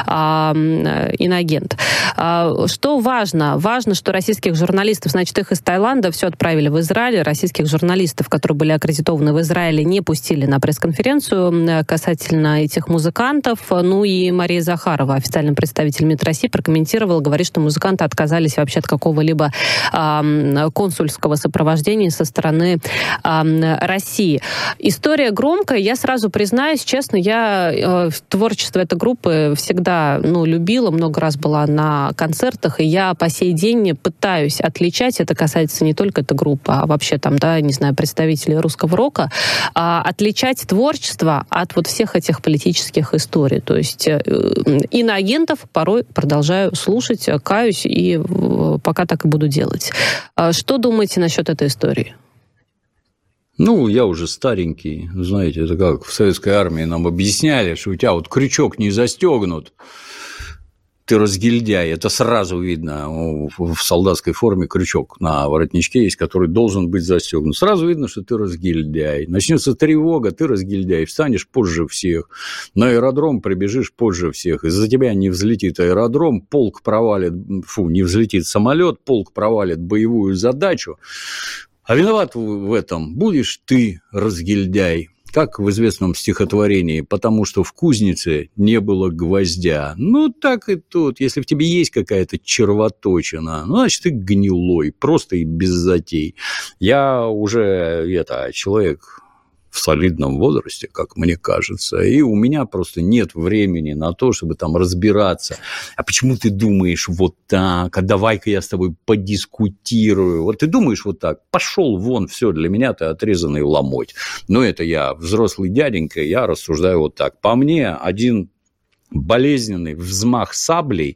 инагент. Что важно? Важно, что российских журналистов, значит, их из Таиланда все отправили в Израиль. Российских журналистов, которые были аккредитованы в Израиле, не пустили на пресс-конференцию касательно этих музыкантов. Ну и Мария Захарова, официальный представитель МИД России, прокомментировала, говорит, что музыканты отказались вообще от какого-либо консульского сопровождения со стороны России. История громкая. Я сразу признаюсь, честно, я творчество этой группы всегда любила, много раз была на концертах, и я по сей день пытаюсь отличать, это касается не только этой группы, а вообще там, не знаю, представителей русского рока, отличать творчество от вот всех этих политических историй. То есть иноагентов порой продолжаю слушать, каюсь, и пока так и буду делать. Что думаете насчет этой истории? Я уже старенький. Знаете, это как в советской армии нам объясняли, что у тебя вот крючок не застегнут. ты разгильдяй, это сразу видно. В солдатской форме крючок на воротничке есть, который должен быть застегнут. Сразу видно, что ты разгильдяй. Начнется тревога, ты разгильдяй, встанешь позже всех. На аэродром прибежишь позже всех. Из-за тебя не взлетит аэродром, полк провалит, не взлетит самолет, полк провалит боевую задачу. А виноват в этом будешь ты, разгильдяй. Как в известном стихотворении, потому что в кузнице не было гвоздя. Ну, так и тут. Если в тебе есть какая-то червоточина, ну, значит, ты гнилой, просто и без затей. Я уже, человек в солидном возрасте, как мне кажется, и у меня просто нет времени на то, чтобы там разбираться. А почему ты думаешь вот так? А давай-ка я с тобой подискутирую. Вот ты думаешь вот так? Пошел вон, все, для меня ты отрезанный ломоть. Но это я взрослый дяденька, я рассуждаю вот так. По мне, один болезненный взмах саблей,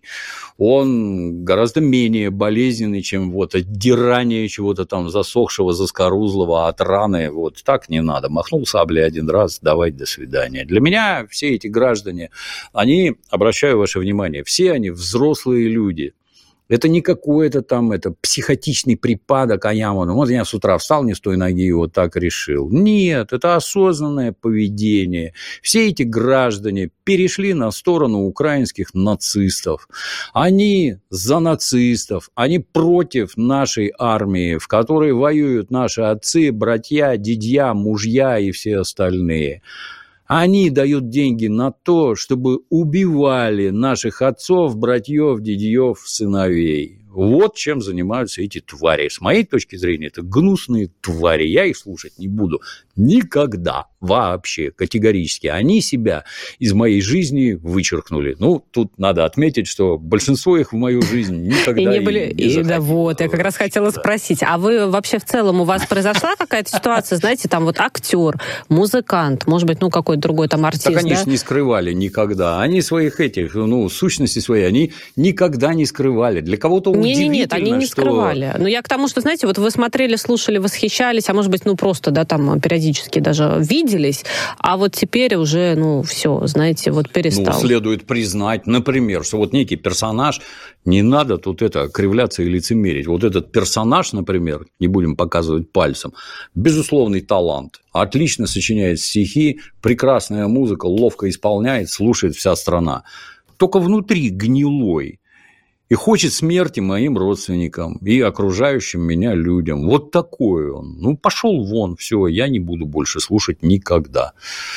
он гораздо менее болезненный, чем вот отдирание чего-то там засохшего, заскорузлого от раны. Вот так не надо. Махнул саблей один раз, давай, до свидания. Для меня все эти граждане, они, обращаю ваше внимание, все они взрослые люди. Это не какой-то там психотичный припадок, вот я с утра встал не с той ноги и вот так решил. Нет, это осознанное поведение. Все эти граждане перешли на сторону украинских нацистов. Они за нацистов, они против нашей армии, в которой воюют наши отцы, братья, дядья, мужья и все остальные. Они дают деньги на то, чтобы убивали наших отцов, братьев, дядьев, сыновей. Вот чем занимаются эти твари. С моей точки зрения, это гнусные твари. Я их слушать не буду никогда, вообще, категорически. Они себя из моей жизни вычеркнули. Ну, тут надо отметить, что большинство их в мою жизнь никогда и не были. Да, вот, я как раз хотела спросить. А вы вообще в целом, у вас произошла какая-то ситуация, знаете, там вот актер, музыкант, может быть, какой-то другой там артист, так они да? же не скрывали никогда. Они своих сущности свои, они никогда не скрывали. Для кого-то удивительно, нет, они не скрывали. Но я к тому, что, знаете, вот вы смотрели, слушали, восхищались, а может быть, просто, да, там периодически даже виделись, а вот теперь уже, все, знаете, вот перестал. Следует признать, например, что вот некий персонаж, не надо тут кривляться и лицемерить. Вот этот персонаж, например, не будем показывать пальцем, безусловный талант, отлично сочиняет стихи, прекрасная музыка, ловко исполняет, слушает вся страна. Только внутри гнилой. И хочет смерти моим родственникам и окружающим меня людям. Вот такой он. Пошел вон, все, я не буду больше слушать никогда.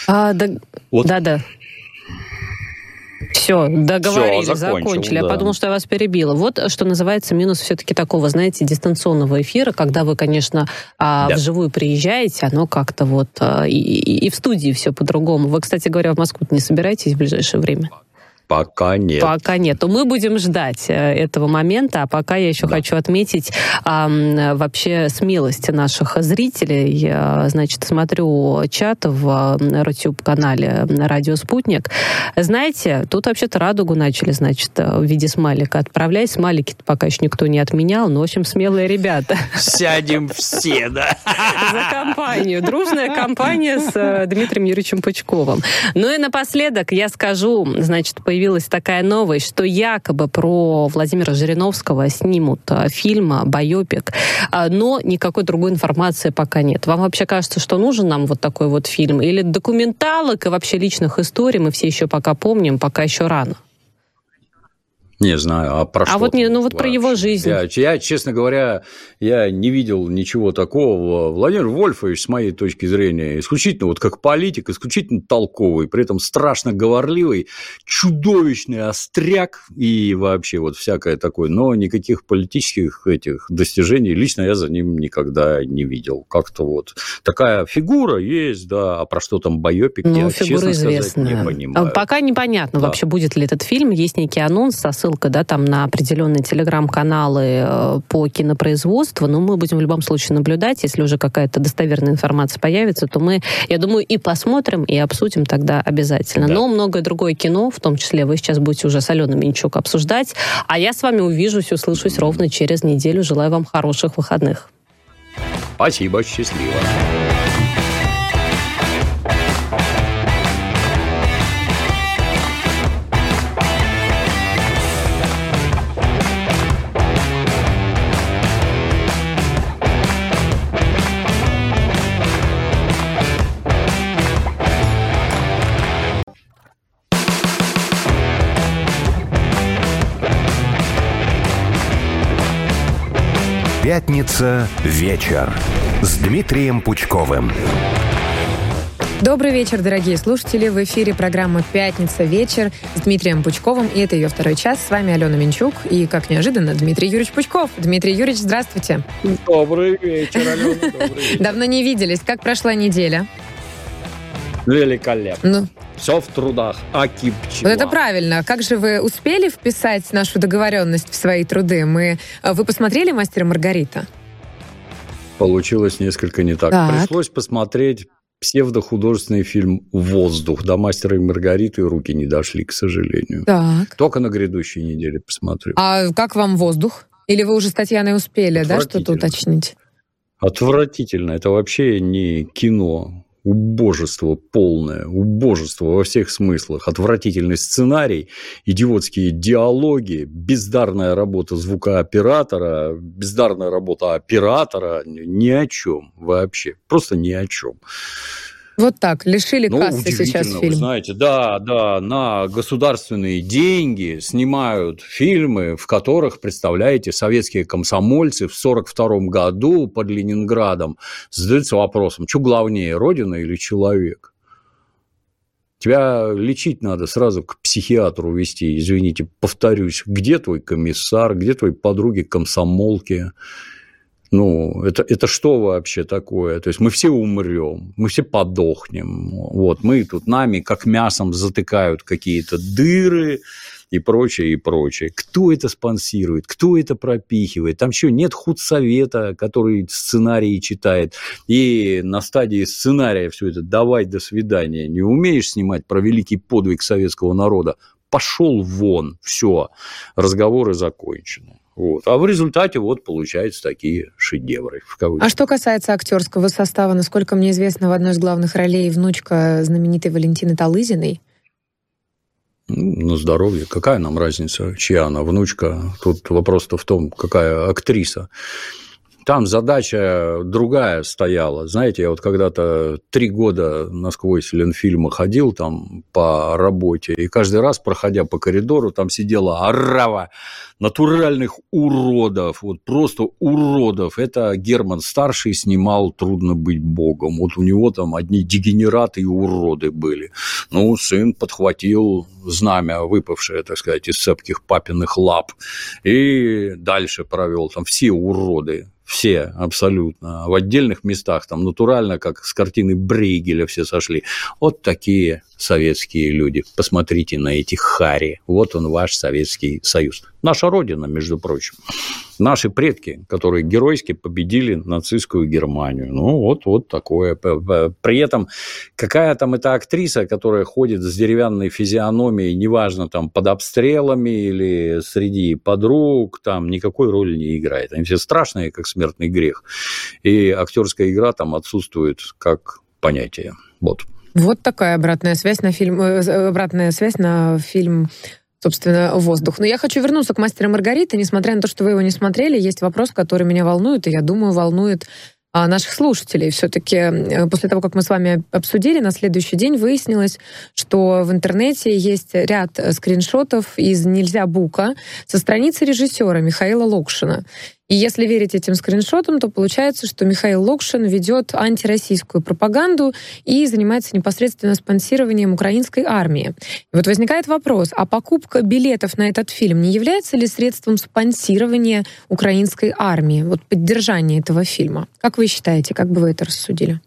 Да. Все, договорились, закончили. Да. Я подумала, что я вас перебила. Вот что называется минус все-таки такого, знаете, дистанционного эфира, когда вы, конечно, вживую приезжаете, оно как-то вот и в студии все по-другому. Вы, кстати говоря, в Москву не собираетесь в ближайшее время? Пока нет. Пока нет. То мы будем ждать этого момента, а пока я еще хочу отметить вообще смелость наших зрителей. Я, смотрю чат в YouTube-канале «Радио Спутник». Знаете, тут вообще-то радугу начали, в виде смайлика отправлять. Смайлики пока еще никто не отменял, но, в общем, смелые ребята. Сядем все, да? За компанию. Дружная компания с Дмитрием Юрьевичем Пучковым. Ну и напоследок я скажу, появилась такая новость, что якобы про Владимира Жириновского снимут фильм, байопик, но никакой другой информации пока нет. Вам вообще кажется, что нужен нам вот такой вот фильм? Или документалок и вообще личных историй мы все еще пока помним, пока еще рано? Не знаю, а про что? Вот про его жизнь. Я, честно говоря, я не видел ничего такого. Владимир Вольфович, с моей точки зрения, исключительно как политик, исключительно толковый, при этом страшно говорливый, чудовищный остряк и вообще всякое такое. Но никаких политических достижений лично я за ним никогда не видел. Как-то такая фигура есть, да, а про что там байопик, я, честно сказать, не понимаю. Пока непонятно вообще, будет ли этот фильм. Есть некий анонс со ссылкой, да, там на определенные телеграм-каналы по кинопроизводству, но мы будем в любом случае наблюдать. Если уже какая-то достоверная информация появится, то мы, я думаю, и посмотрим, и обсудим тогда обязательно. Да. Но многое другое кино, в том числе вы сейчас будете уже с Аленой Минчук обсуждать, а я с вами увижусь, услышусь ровно через неделю. Желаю вам хороших выходных. Спасибо, счастливо. Пятница вечер с Дмитрием Пучковым. Добрый вечер, дорогие слушатели. В эфире программа «Пятница вечер» с Дмитрием Пучковым. И это ее второй час. С вами Алена Минчук. И, как неожиданно, Дмитрий Юрьевич Пучков. Дмитрий Юрьевич, здравствуйте. Добрый вечер, Алена. Добрый вечер. Давно не виделись. Как прошла неделя? Великолепно. Все в трудах. Аки пчела. Вот это правильно. Как же вы успели вписать нашу договоренность в свои труды? Вы посмотрели «Мастера и Маргарита»? Получилось несколько не так. Пришлось посмотреть псевдохудожественный фильм «Воздух». До «Мастера и Маргариты» руки не дошли, к сожалению. Так. Только на грядущей неделе посмотрю. А как вам «Воздух»? Или вы уже с Татьяной успели, да, что-то уточнить? Отвратительно. Это вообще не кино. Убожество полное, убожество во всех смыслах, отвратительный сценарий, идиотские диалоги, бездарная работа звукооператора, бездарная работа оператора, ни о чем вообще, просто ни о чем. Вот так, лишили кассы сейчас фильм. Вы знаете, да, на государственные деньги снимают фильмы, в которых, представляете, советские комсомольцы в 1942 году под Ленинградом задаются вопросом, что главнее, родина или человек? Тебя лечить надо сразу к психиатру везти, извините, повторюсь, где твой комиссар, где твои подруги-комсомолки? Это что вообще такое? То есть мы все умрем, мы все подохнем. Вот, мы тут нами как мясом затыкают какие-то дыры и прочее, и прочее. Кто это спонсирует? Кто это пропихивает? Там что, нет худсовета, который сценарии читает? И на стадии сценария все это давай, до свидания. Не умеешь снимать про великий подвиг советского народа? Пошел вон, все, разговоры закончены. Вот. А в результате получаются такие шедевры, в кавычках. А что касается актерского состава, насколько мне известно, в одной из главных ролей внучка знаменитой Валентины Талызиной. На здоровье. Какая нам разница, чья она внучка? Тут вопрос-то в том, какая актриса. Там задача другая стояла. Знаете, я когда-то 3 года насквозь Ленфильма ходил там по работе, и каждый раз, проходя по коридору, там сидела орава натуральных уродов, просто уродов. Это Герман-старший снимал «Трудно быть богом». У него там одни дегенераты и уроды были. Сын подхватил знамя, выпавшее, так сказать, из цепких папиных лап, и дальше провел. Там все уроды. Все абсолютно. В отдельных местах там натурально, как с картины Брейгеля все сошли. Вот такие советские люди. Посмотрите на эти хари. Вот он, ваш Советский Союз. Наша Родина, между прочим. Наши предки, которые геройски победили нацистскую Германию. Вот такое. При этом, какая там эта актриса, которая ходит с деревянной физиономией, неважно, там, под обстрелами или среди подруг, там никакой роли не играет. Они все страшные, как смертный грех. И актерская игра там отсутствует как понятие. Вот такая обратная связь на фильм, собственно, «Воздух». Но я хочу вернуться к «Мастеру и Маргарите». Несмотря на то, что вы его не смотрели, есть вопрос, который меня волнует, и, я думаю, волнует наших слушателей. Все-таки после того, как мы с вами обсудили, на следующий день выяснилось, что в интернете есть ряд скриншотов из «Нельзя бука» со страницы режиссера Михаила Локшина. И если верить этим скриншотам, то получается, что Михаил Локшин ведет антироссийскую пропаганду и занимается непосредственно спонсированием украинской армии. И возникает вопрос, а покупка билетов на этот фильм не является ли средством спонсирования украинской армии, поддержания этого фильма? Как вы считаете, как бы вы это рассудили?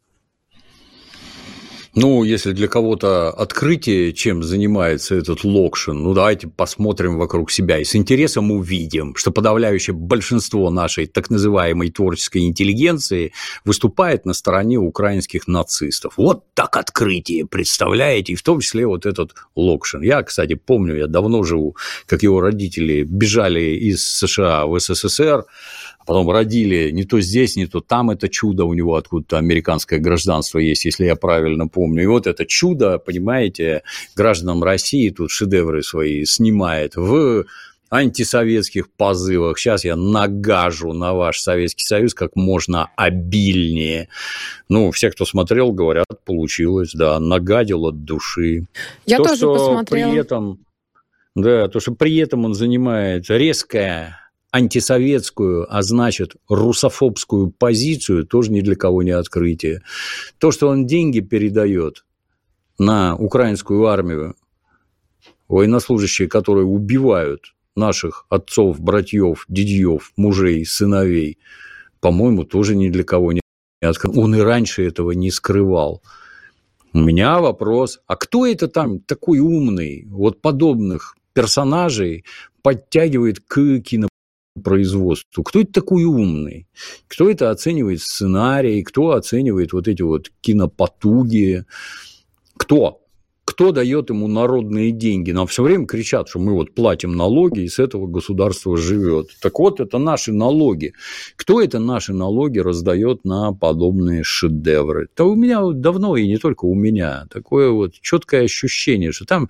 Если для кого-то открытие, чем занимается этот Локшин, давайте посмотрим вокруг себя и с интересом увидим, что подавляющее большинство нашей так называемой творческой интеллигенции выступает на стороне украинских нацистов. Вот так открытие, представляете? И в том числе этот Локшин. Я, кстати, помню, я давно живу, как его родители бежали из США в СССР, а потом родили не то здесь, не то там это чудо, у него откуда-то американское гражданство есть, если я правильно помню. И вот это чудо, понимаете, гражданам России тут шедевры свои снимает в антисоветских позывах. Сейчас я нагажу на ваш Советский Союз как можно обильнее. Все, кто смотрел, говорят, получилось, да, нагадил от души. Я тоже посмотрела. То, что при этом он занимает резкое антисоветскую, а значит, русофобскую позицию, тоже ни для кого не открытие. То, что он деньги передает на украинскую армию, военнослужащие, которые убивают наших отцов, братьев, дядьев, мужей, сыновей, по-моему, тоже ни для кого не открыто. Он и раньше этого не скрывал. У меня вопрос, а кто это там такой умный, вот подобных персонажей подтягивает к кинопроизводству? Кто это такой умный? Кто это оценивает сценарий? Кто оценивает вот эти вот кинопотуги? Кто? Кто дает ему народные деньги? Нам все время кричат, что мы вот платим налоги, и с этого государство живет. Так вот, это наши налоги. Кто это наши налоги раздает на подобные шедевры? Да у меня давно, и не только у меня, такое вот четкое ощущение, что там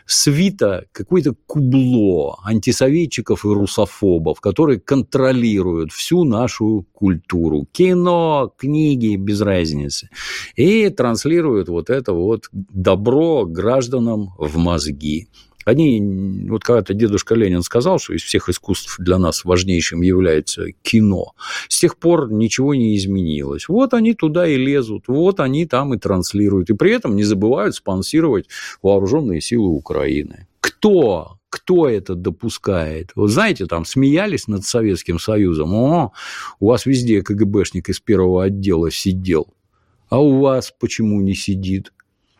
свита какое-то кубло антисоветчиков и русофобов, которые контролируют всю нашу культуру. Кино, книги, без разницы. И транслируют вот это вот добро гражданам в мозги. Они, вот когда-то дедушка Ленин сказал, что из всех искусств для нас важнейшим является кино. С тех пор ничего не изменилось. Вот они туда и лезут, вот они там и транслируют. И при этом не забывают спонсировать вооруженные силы Украины. Кто это допускает? Вот знаете, там смеялись над Советским Союзом. О, у вас везде КГБшник из первого отдела сидел. А у вас почему не сидит?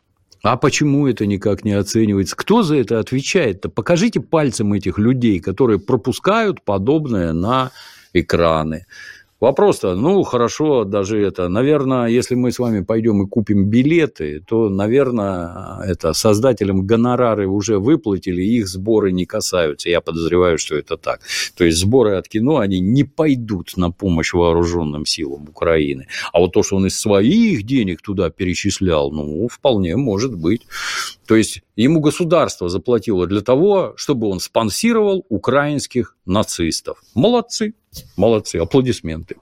А почему это никак не оценивается? Кто за это отвечает-то? Покажите пальцем этих людей, которые пропускают подобное на экраны. Вопрос-то, хорошо, даже это, наверное, если мы с вами пойдем и купим билеты, то, наверное, это создателям гонорары уже выплатили, их сборы не касаются. Я подозреваю, что это так. То есть сборы от кино, они не пойдут на помощь вооруженным силам Украины. А вот то, что он из своих денег туда перечислял, вполне может быть. То есть ему государство заплатило для того, чтобы он спонсировал украинских нацистов. Молодцы. Молодцы, аплодисменты.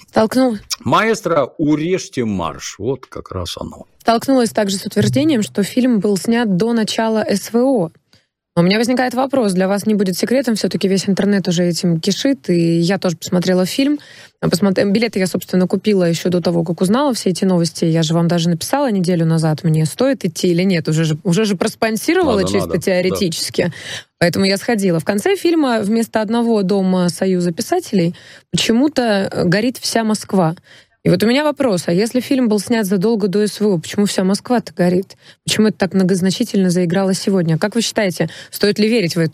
Маэстро, урежьте марш. Вот как раз оно. Столкнулась также с утверждением, что фильм был снят до начала СВО. У меня возникает вопрос, для вас не будет секретом, все-таки весь интернет уже этим кишит, и я тоже посмотрела фильм. Билеты я, собственно, купила еще до того, как узнала все эти новости. Я же вам даже написала неделю назад, мне стоит идти или нет. Уже же проспонсировала чисто теоретически. Да. Поэтому я сходила. В конце фильма вместо одного дома Союза писателей почему-то горит вся Москва. И вот у меня вопрос, а если фильм был снят задолго до СВО, почему вся Москва-то горит? Почему это так многозначительно заиграло сегодня? Как вы считаете, стоит ли верить в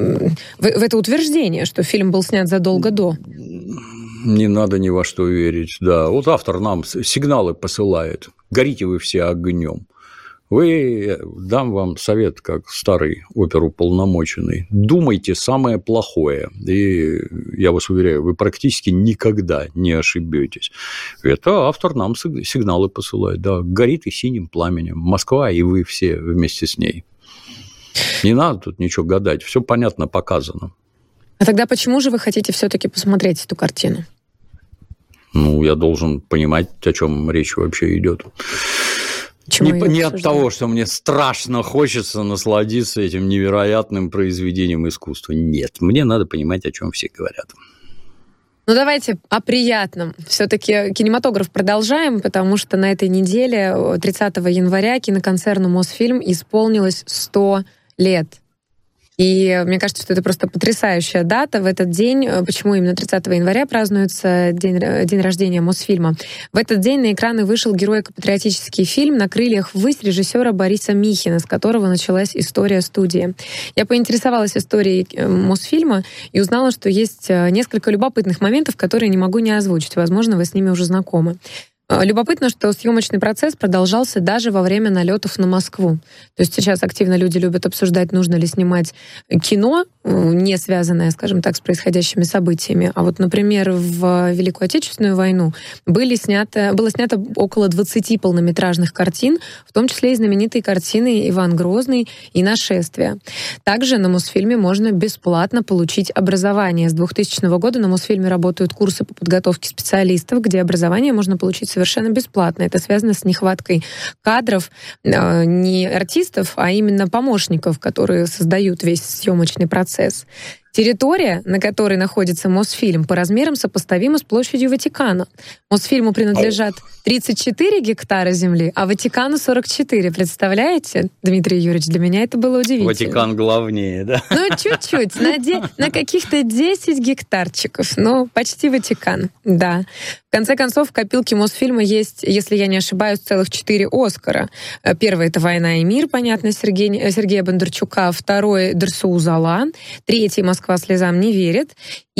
это утверждение, что фильм был снят задолго до? Не надо ни во что верить, да. Вот автор нам сигналы посылает. Горите вы все огнем. Дам вам совет, как старый оперуполномоченный. Думайте самое плохое. И я вас уверяю, вы практически никогда не ошибетесь. Это автор нам сигналы посылает. Да, горит и синим пламенем. Москва и вы все вместе с ней. Не надо тут ничего гадать. Все понятно, показано. А тогда почему же вы хотите все-таки посмотреть эту картину? Я должен понимать, о чем речь вообще идет. Не от того, что мне страшно хочется насладиться этим невероятным произведением искусства. Нет, мне надо понимать, о чем все говорят. Давайте о приятном. Все-таки кинематограф продолжаем, потому что на этой неделе, 30 января, киноконцерну «Мосфильм» исполнилось 100 лет. И мне кажется, что это просто потрясающая дата. В этот день, почему именно 30 января празднуется день рождения Мосфильма? В этот день на экраны вышел героико-патриотический фильм «На крыльях ввысь» режиссера Бориса Михина, с которого началась история студии. Я поинтересовалась историей Мосфильма и узнала, что есть несколько любопытных моментов, которые не могу не озвучить. Возможно, вы с ними уже знакомы. Любопытно, что съемочный процесс продолжался даже во время налетов на Москву. То есть сейчас активно люди любят обсуждать, нужно ли снимать кино, не связанное, скажем так, с происходящими событиями. А вот, например, в Великую Отечественную войну было снято около 20 полнометражных картин, в том числе и знаменитые картины «Иван Грозный» и «Нашествие». Также на Мосфильме можно бесплатно получить образование. С 2000 года на Мосфильме работают курсы по подготовке специалистов, где образование можно получить совершенно бесплатно. Это связано с нехваткой кадров, не артистов, а именно помощников, которые создают весь съемочный процесс. Территория, на которой находится Мосфильм, по размерам сопоставима с площадью Ватикана. Мосфильму принадлежат 34 гектара земли, а Ватикану 44. Представляете, Дмитрий Юрьевич, для меня это было удивительно. Ватикан главнее, да? Ну, чуть-чуть, на каких-то 10 гектарчиков, но почти Ватикан, да. В конце концов, в копилке Мосфильма есть, если я не ошибаюсь, целых 4 Оскара. Первый — это «Война и мир», понятно, Сергея Бондарчука. Второй — «Дерсу Узала». Третий — «Москва слезам не верит».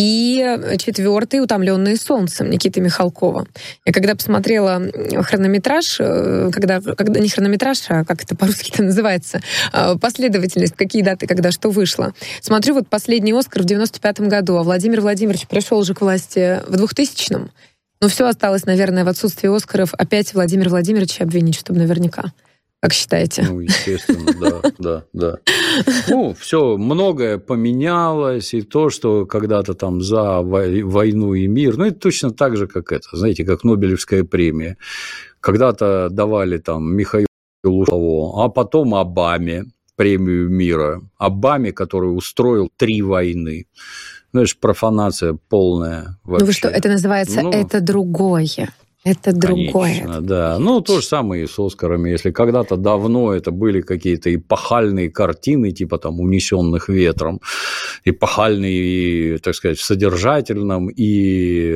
И 4-й «Утомленные солнцем» Никиты Михалкова. Я когда посмотрела хронометраж, когда не хронометраж, а как это по-русски-то называется, последовательность, какие даты, когда что вышло. Смотрю, вот последний «Оскар» в 95-м году, а Владимир Владимирович пришел уже к власти в 2000-м. Но все осталось, наверное, в отсутствии «Оскаров» опять Владимира Владимировича обвинить, чтобы наверняка. Как считаете? Ну, естественно, да. Ну, все, многое поменялось, и то, что когда-то там за войну и мир, ну, это точно так же, как это, знаете, как Нобелевская премия. Когда-то давали там Михаилу Шклову, а потом Обаме премию мира. Обаме, который устроил 3 войны. Знаешь, профанация полная вообще. Ну вы что, это называется «это другое». Это другое. Конечно, да. Ну, то же самое и с «Оскарами». Если когда-то давно это были какие-то эпохальные картины, типа там «Унесенных ветром», эпохальные, и, так сказать, в содержательном и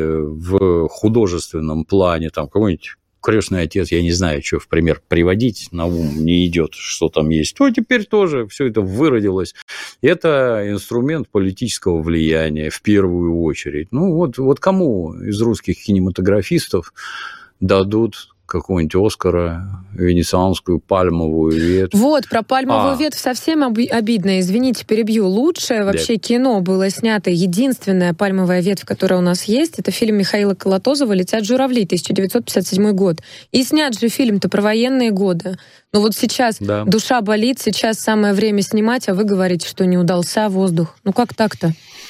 в художественном плане, там какой-нибудь «Крестный отец», я не знаю, что в пример приводить, на ум не идет, что там есть, то теперь тоже все это выродилось. Это инструмент политического влияния в первую очередь. Ну, вот кому из русских кинематографистов дадут какого-нибудь «Оскара», венецианскую пальмовую ветвь. Вот, про пальмовую ветвь совсем обидно, извините, перебью. Лучшее вообще кино было снято, единственная пальмовая ветвь, которая у нас есть, это фильм Михаила Колотозова «Летят журавли», 1957 год. И снят же фильм-то про военные годы. Но вот сейчас душа болит, сейчас самое время снимать, а вы говорите, что не удался «Воздух». Ну как так-то?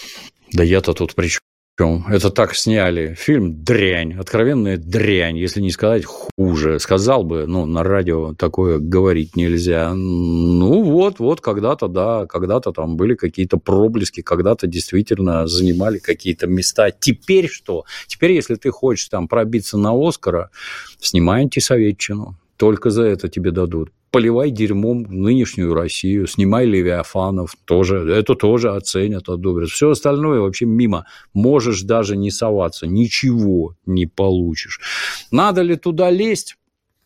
Да я-то тут при чем? Это так сняли. Фильм дрянь, откровенная дрянь, если не сказать хуже. Сказал бы, на радио такое говорить нельзя. Ну, вот когда-то, да, когда-то там были какие-то проблески, когда-то действительно занимали какие-то места. Теперь что? Теперь, если ты хочешь там пробиться на «Оскара», снимай антисоветчину. Только за это тебе дадут. Поливай дерьмом нынешнюю Россию, снимай «Левиафанов», это тоже оценят, одобрят. Все остальное вообще мимо. Можешь даже не соваться, ничего не получишь. Надо ли туда лезть?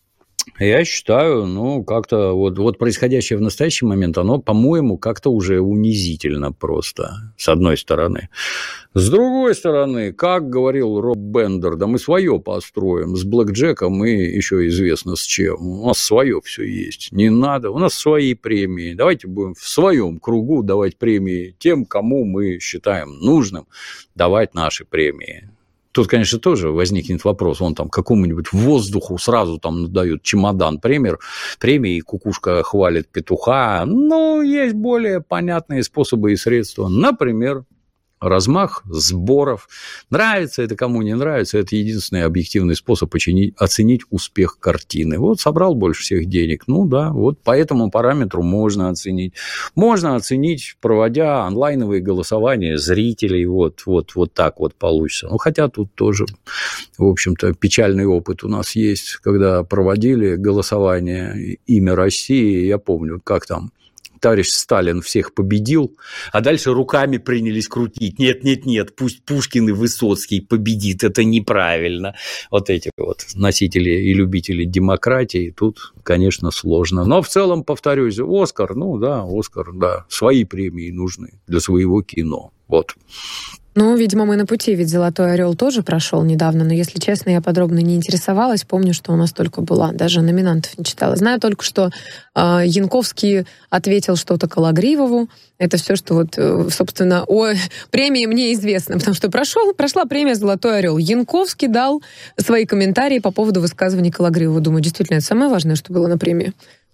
Я считаю, как-то вот происходящее в настоящий момент, оно, по-моему, как-то уже унизительно просто, с одной стороны. С другой стороны, как говорил Роб Бендер, да мы свое построим, с Блэк Джеком и еще известно с чем. У нас свое все есть, не надо, у нас свои премии. Давайте будем в своем кругу давать премии тем, кому мы считаем нужным давать наши премии. Тут, конечно, тоже возникнет вопрос, он там какому-нибудь «Воздуху» сразу там дают чемодан премии, кукушка хвалит петуха, но есть более понятные способы и средства, например, размах сборов. Нравится это кому не нравится, это единственный объективный способ оценить успех картины. Вот собрал больше всех денег, вот по этому параметру можно оценить. Можно оценить, проводя онлайновые голосования зрителей, вот так вот получится. Хотя тут тоже, в общем-то, печальный опыт у нас есть, когда проводили голосование «Имя России», я помню, как там товарищ Сталин всех победил, а дальше руками принялись крутить. Нет, пусть Пушкин и Высоцкий победит, это неправильно. Вот эти вот носители и любители демократии, тут, конечно, сложно. Но в целом, повторюсь, «Оскар», «Оскар», свои премии нужны для своего кино. Вот. Видимо, мы на пути, ведь «Золотой орел» тоже прошел недавно, но, если честно, я подробно не интересовалась. Помню, что у нас только была, даже номинантов не читала. Знаю только, что Янковский ответил что-то Кологривову. Это все, что собственно, о премии мне известно, потому что прошла премия «Золотой орел». Янковский дал свои комментарии по поводу высказываний Кологривова. Думаю, действительно, это самое важное, что было на премии.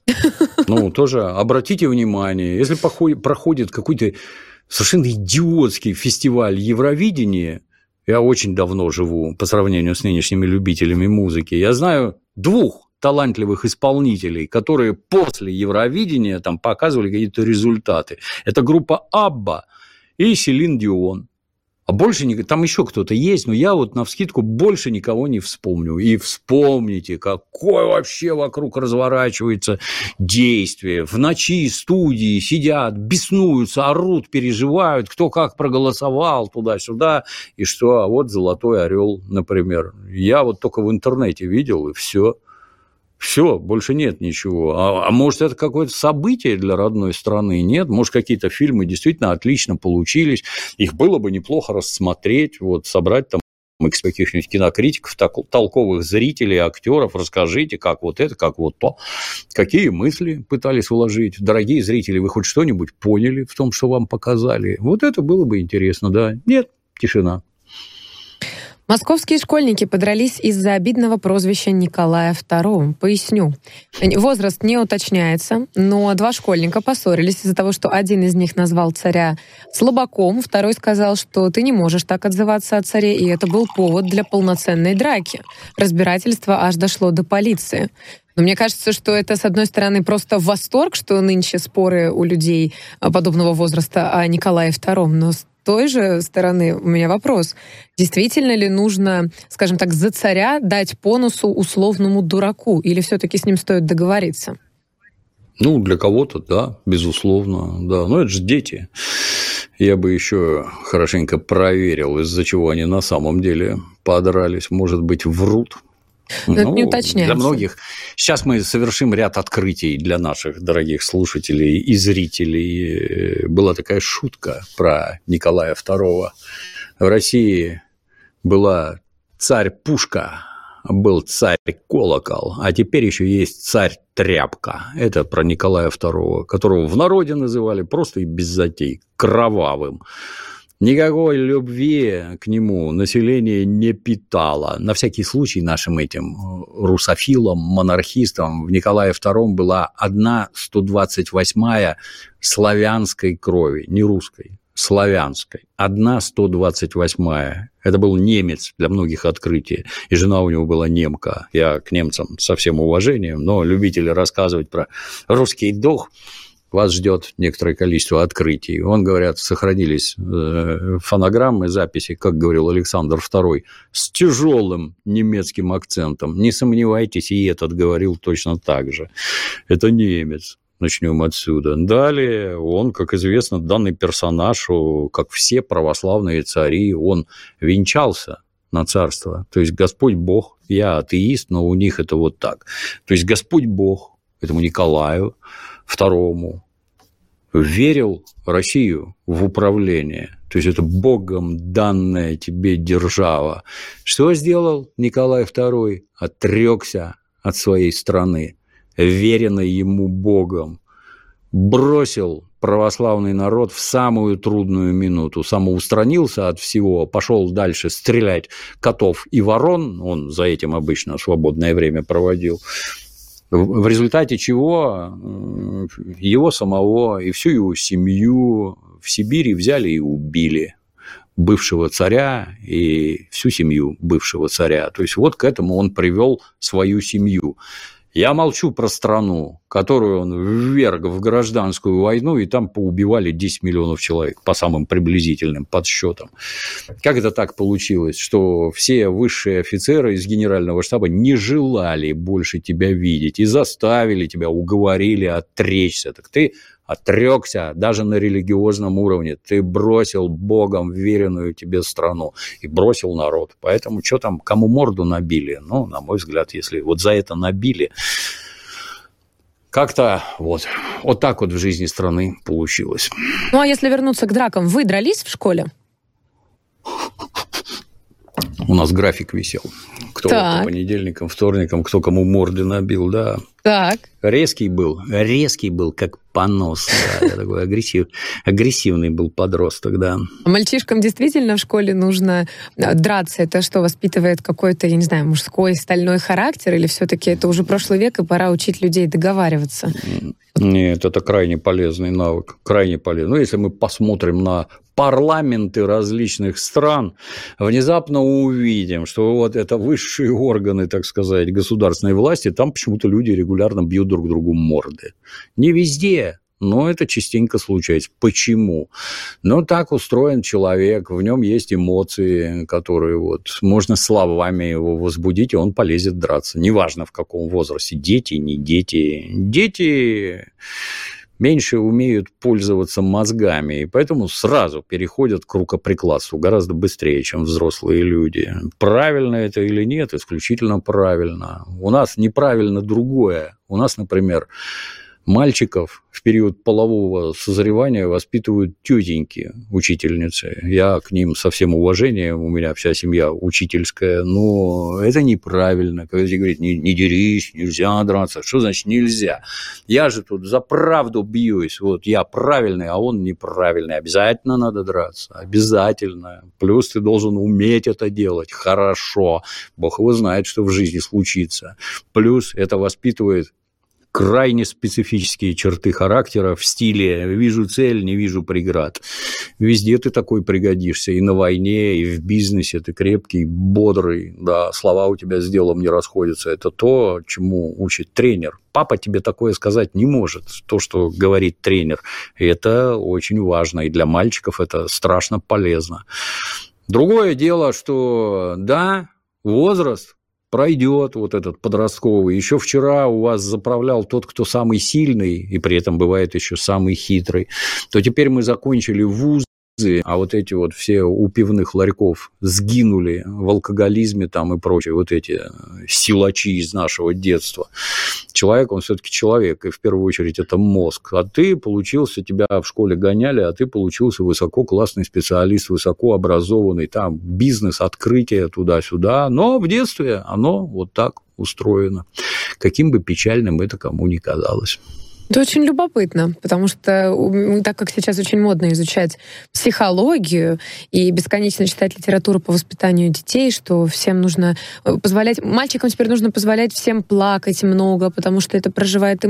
Тоже обратите внимание, если проходит какой-то совершенно идиотский фестиваль Евровидения. Я очень давно живу по сравнению с нынешними любителями музыки. Я знаю 2 талантливых исполнителей, которые после Евровидения там показывали какие-то результаты. Это группа Абба и Селин Дион. А больше там еще кто-то есть, но я вот навскидку больше никого не вспомню. И вспомните, какое вообще вокруг разворачивается действие. В ночи студии сидят, беснуются, орут, переживают, кто как проголосовал туда-сюда, и что, а вот «Золотой орел», например. Я вот только в интернете видел, и все. Все, больше нет ничего. А может, это какое-то событие для родной страны? Нет. Может, какие-то фильмы действительно отлично получились. Их было бы неплохо рассмотреть, вот, собрать там из каких-нибудь кинокритиков, толковых зрителей, актеров. Расскажите, как вот это, как вот то. Какие мысли пытались вложить. Дорогие зрители, вы хоть что-нибудь поняли в том, что вам показали? Вот это было бы интересно, да. Нет, тишина. Московские школьники подрались из-за обидного прозвища Николая II. Поясню. Возраст не уточняется, но 2 школьника поссорились из-за того, что один из них назвал царя слабаком, второй сказал, что ты не можешь так отзываться о царе, и это был повод для полноценной драки. Разбирательство аж дошло до полиции. Но мне кажется, что это, с одной стороны, просто восторг, что нынче споры у людей подобного возраста о Николае II, но с той же стороны у меня вопрос. Действительно ли нужно, скажем так, за царя дать по носу условному дураку, или все-таки с ним стоит договориться? Ну, для кого-то, да, безусловно, да. Но это же дети. Я бы еще хорошенько проверил, из-за чего они на самом деле подрались. Может быть, врут. Но это не уточняется. Для многих. Сейчас мы совершим ряд открытий для наших дорогих слушателей и зрителей. Была такая шутка про Николая II. В России была царь-пушка, был царь-колокол, а теперь еще есть царь-тряпка. Это про Николая II, которого в народе называли просто и без затей кровавым. Никакой любви к нему население не питало. На всякий случай нашим этим русофилам, монархистам в Николае II была 1/128 славянской крови, не русской, славянской. 1/128. Это был немец, для многих открытие, и жена у него была немка. Я к немцам со всем уважением, но любители рассказывать про русский дух, вас ждет некоторое количество открытий. Вон, говорят, сохранились фонограммы, записи, как говорил Александр II, с тяжелым немецким акцентом. Не сомневайтесь, и этот говорил точно так же. Это немец. Начнем отсюда. Далее он, как известно, данный персонаж, как все православные цари, он венчался на царство. То есть Господь Бог, я атеист, но у них это вот так. То есть Господь Бог этому Николаю II верил Россию в управление. То есть это Богом данная тебе держава. Что сделал Николай II? Отрекся от своей страны, веренной ему Богом. Бросил православный народ в самую трудную минуту. Самоустранился от всего, пошел дальше стрелять котов и ворон. Он за этим обычно свободное время проводил. В результате чего его самого и всю его семью в Сибири взяли и убили. Бывшего царя и всю семью бывшего царя. То есть вот к этому он привел свою семью. Я молчу про страну, которую он вверг в гражданскую войну, и там поубивали 10 миллионов человек, по самым приблизительным подсчетам. Как это так получилось, что все высшие офицеры из генерального штаба не желали больше тебя видеть и заставили тебя, уговорили отречься? Так ты отрекся даже на религиозном уровне, ты бросил Богом веренную тебе страну и бросил народ. Поэтому что там, кому морду набили? Ну, на мой взгляд, если вот за это набили, как-то вот так вот в жизни страны получилось. Ну, а если вернуться к дракам, вы дрались в школе? У нас график висел. Кто по понедельникам, вторникам, кто кому морды набил, да. Так. Резкий был, как понос. Да. Я такой агрессивный был подросток, да. А мальчишкам действительно в школе нужно драться? Это что, воспитывает какой-то, я не знаю, мужской стальной характер? Или все-таки это уже прошлый век, и пора учить людей договариваться? Нет, это крайне полезный навык. Крайне полезный. Ну, если мы посмотрим на парламенты различных стран, внезапно увидим, что вот это высшие органы, так сказать, государственной власти, там почему-то люди регулярно бьют друг другу морды. Не везде, но это частенько случается. Почему? Ну, так устроен человек, в нем есть эмоции, которые вот можно словами его возбудить, и он полезет драться. Неважно, в каком возрасте. Дети, не дети. Дети меньше умеют пользоваться мозгами, и поэтому сразу переходят к рукоприкладству гораздо быстрее, чем взрослые люди. Правильно это или нет? Исключительно правильно. У нас неправильно другое. У нас, например, мальчиков в период полового созревания воспитывают тетеньки, учительницы. Я к ним со всем уважением, у меня вся семья учительская, но это неправильно. Когда тебе говорят, не дерись, нельзя драться. Что значит нельзя? Я же тут за правду бьюсь. Вот я правильный, а он неправильный. Обязательно надо драться. Обязательно. Плюс ты должен уметь это делать хорошо. Бог его знает, что в жизни случится. Плюс это воспитывает крайне специфические черты характера в стиле «вижу цель, не вижу преград». Везде ты такой пригодишься, и на войне, и в бизнесе ты крепкий, бодрый, да, слова у тебя с делом не расходятся. Это то, чему учит тренер. Папа тебе такое сказать не может, то, что говорит тренер. И это очень важно, и для мальчиков это страшно полезно. Другое дело, что, да, возраст пройдет вот этот подростковый. Еще вчера у вас заправлял тот, кто самый сильный, и при этом бывает еще самый хитрый. То теперь мы закончили вузы, а вот эти вот все у пивных ларьков сгинули в алкоголизме там и прочее, вот эти силачи из нашего детства. Человек, он все-таки человек, и в первую очередь это мозг. А ты получился, тебя в школе гоняли, а ты получился высококлассный специалист, высокообразованный, там бизнес, открытие туда-сюда. Но в детстве оно вот так устроено. Каким бы печальным это кому ни казалось. Это очень любопытно, потому что так как сейчас очень модно изучать психологию и бесконечно читать литературу по воспитанию детей, что всем нужно позволять, мальчикам теперь нужно позволять всем плакать много, потому что это он проживает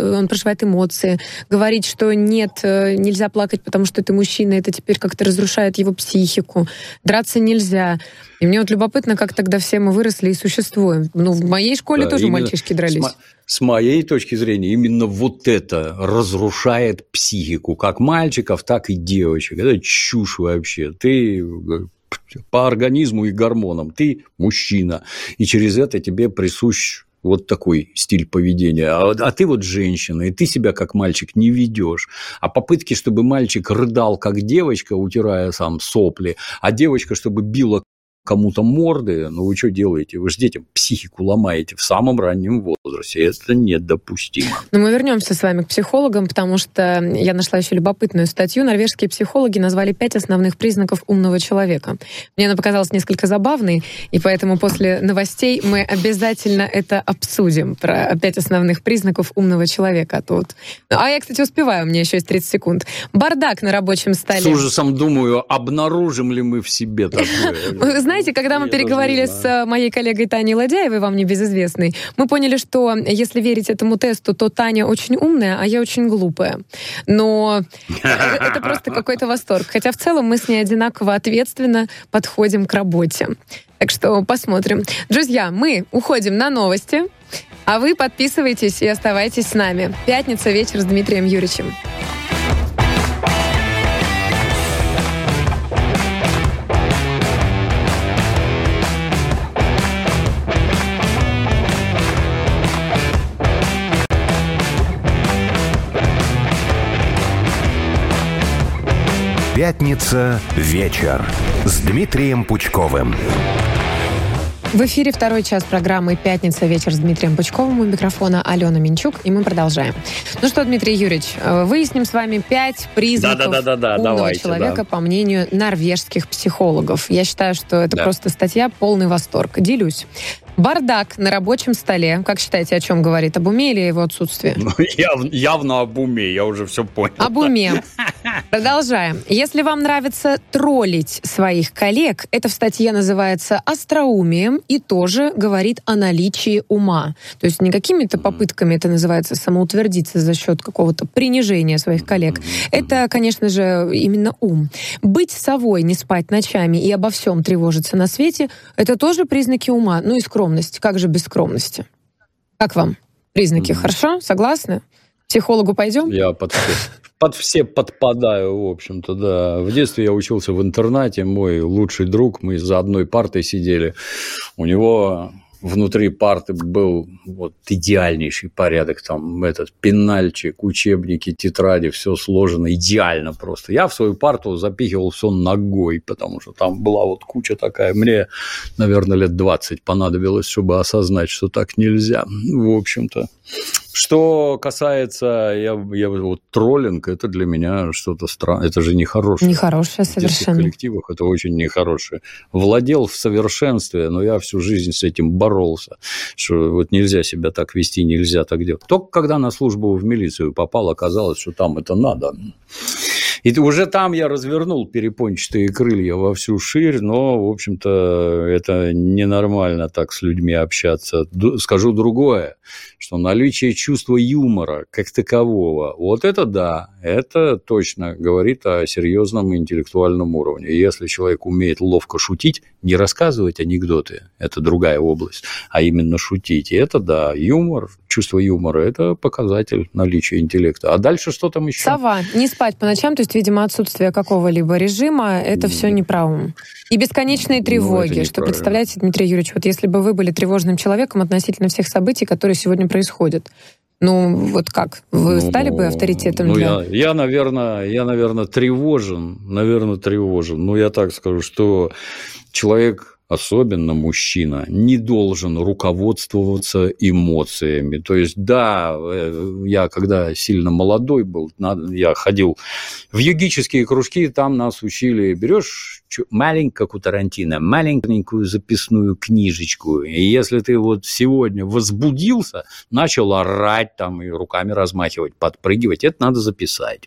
эмоции, говорить, что нет, нельзя плакать, потому что ты мужчина, это теперь как-то разрушает его психику, драться нельзя. И мне вот любопытно, как тогда все мы выросли и существуем. Ну, в моей школе тоже мальчишки дрались. С моей точки зрения, именно вот это разрушает психику, как мальчиков, так и девочек. Это чушь вообще. Ты по организму и гормонам, ты мужчина, и через это тебе присущ вот такой стиль поведения. А ты вот женщина, и ты себя как мальчик не ведешь. А попытки, чтобы мальчик рыдал как девочка, утирая сам сопли, а девочка, чтобы била кому-то морды, ну вы что делаете? Вы же детям психику ломаете в самом раннем возрасте. Это недопустимо. Но мы вернемся с вами к психологам, потому что я нашла еще любопытную статью. Норвежские психологи назвали 5 основных признаков умного человека. Мне она показалась несколько забавной, и поэтому после новостей мы обязательно это обсудим, про 5 основных признаков умного человека. А я, кстати, успеваю, у меня еще есть 30 секунд. Бардак на рабочем столе. С ужасом думаю, обнаружим ли мы в себе такое. Знаете, когда мы переговорили с моей коллегой Таней Ладяевой, вам небезызвестной, мы поняли, что если верить этому тесту, то Таня очень умная, а я очень глупая. Но это просто какой-то восторг. Хотя в целом мы с ней одинаково ответственно подходим к работе. Так что посмотрим. Друзья, мы уходим на новости, а вы подписывайтесь и оставайтесь с нами. Пятница, вечер с Дмитрием Юрьевичем. Пятница. Вечер с Дмитрием Пучковым. В эфире второй час программы «Пятница. Вечер» с Дмитрием Пучковым. У микрофона Алена Минчук, и мы продолжаем. Ну что, Дмитрий Юрьевич, выясним с вами 5 признаков умного человека, по мнению норвежских психологов. Я считаю, что это просто статья «Полный восторг». Делюсь. Бардак на рабочем столе. Как считаете, о чем говорит? Об уме или его отсутствии? Ну, явно об уме, я уже все понял. Об уме. Продолжаем. Если вам нравится троллить своих коллег, это в статье называется остроумием и тоже говорит о наличии ума. То есть не какими-то попытками, это называется самоутвердиться за счет какого-то принижения своих коллег. Это, конечно же, именно ум. Быть совой, не спать ночами и обо всем тревожиться на свете, это тоже признаки ума. Ну и скромности. Как же без скромности? Как вам? Признаки, хорошо? Согласны? Психологу пойдем? Я под все подпадаю, в общем-то, да. В детстве я учился в интернате, мой лучший друг, мы за одной партой сидели, у него... Внутри парты был вот идеальнейший порядок, там этот пенальчик, учебники, тетради, все сложено идеально просто. Я в свою парту запихивал все ногой, потому что там была вот куча такая. Мне, наверное, лет 20 понадобилось, чтобы осознать, что так нельзя, в общем-то. Что касается, я вот троллинг, это для меня что-то странное, это же нехорошее. Нехорошее совершенно. В детских коллективах это очень нехорошее. Владел в совершенстве, но я всю жизнь с этим боролся, что вот нельзя себя так вести, нельзя так делать. Только когда на службу в милицию попал, оказалось, что там это надо. И уже там я развернул перепончатые крылья во всю ширь, но, в общем-то, это ненормально так с людьми общаться. Скажу другое, что наличие чувства юмора как такового, вот это да, это точно говорит о серьезном интеллектуальном уровне. И если человек умеет ловко шутить, не рассказывать анекдоты, это другая область, а именно шутить, и это да, юмор, чувство юмора, это показатель наличия интеллекта. А дальше что там еще? Сова, не спать по ночам, то есть, видимо, отсутствие какого-либо режима, это все не про ум. И бесконечные тревоги, что представляете, Дмитрий Юрьевич, вот если бы вы были тревожным человеком относительно всех событий, которые сегодня происходят, ну, вот как? Вы стали бы авторитетом для... Я, наверное, тревожен. Но я так скажу, что человек... Особенно мужчина, не должен руководствоваться эмоциями. То есть, да, я когда сильно молодой был, я ходил в йогические кружки, там нас учили, берешь маленькую, как у Тарантино, маленькую записную книжечку, и если ты вот сегодня возбудился, начал орать там и руками размахивать, подпрыгивать, это надо записать.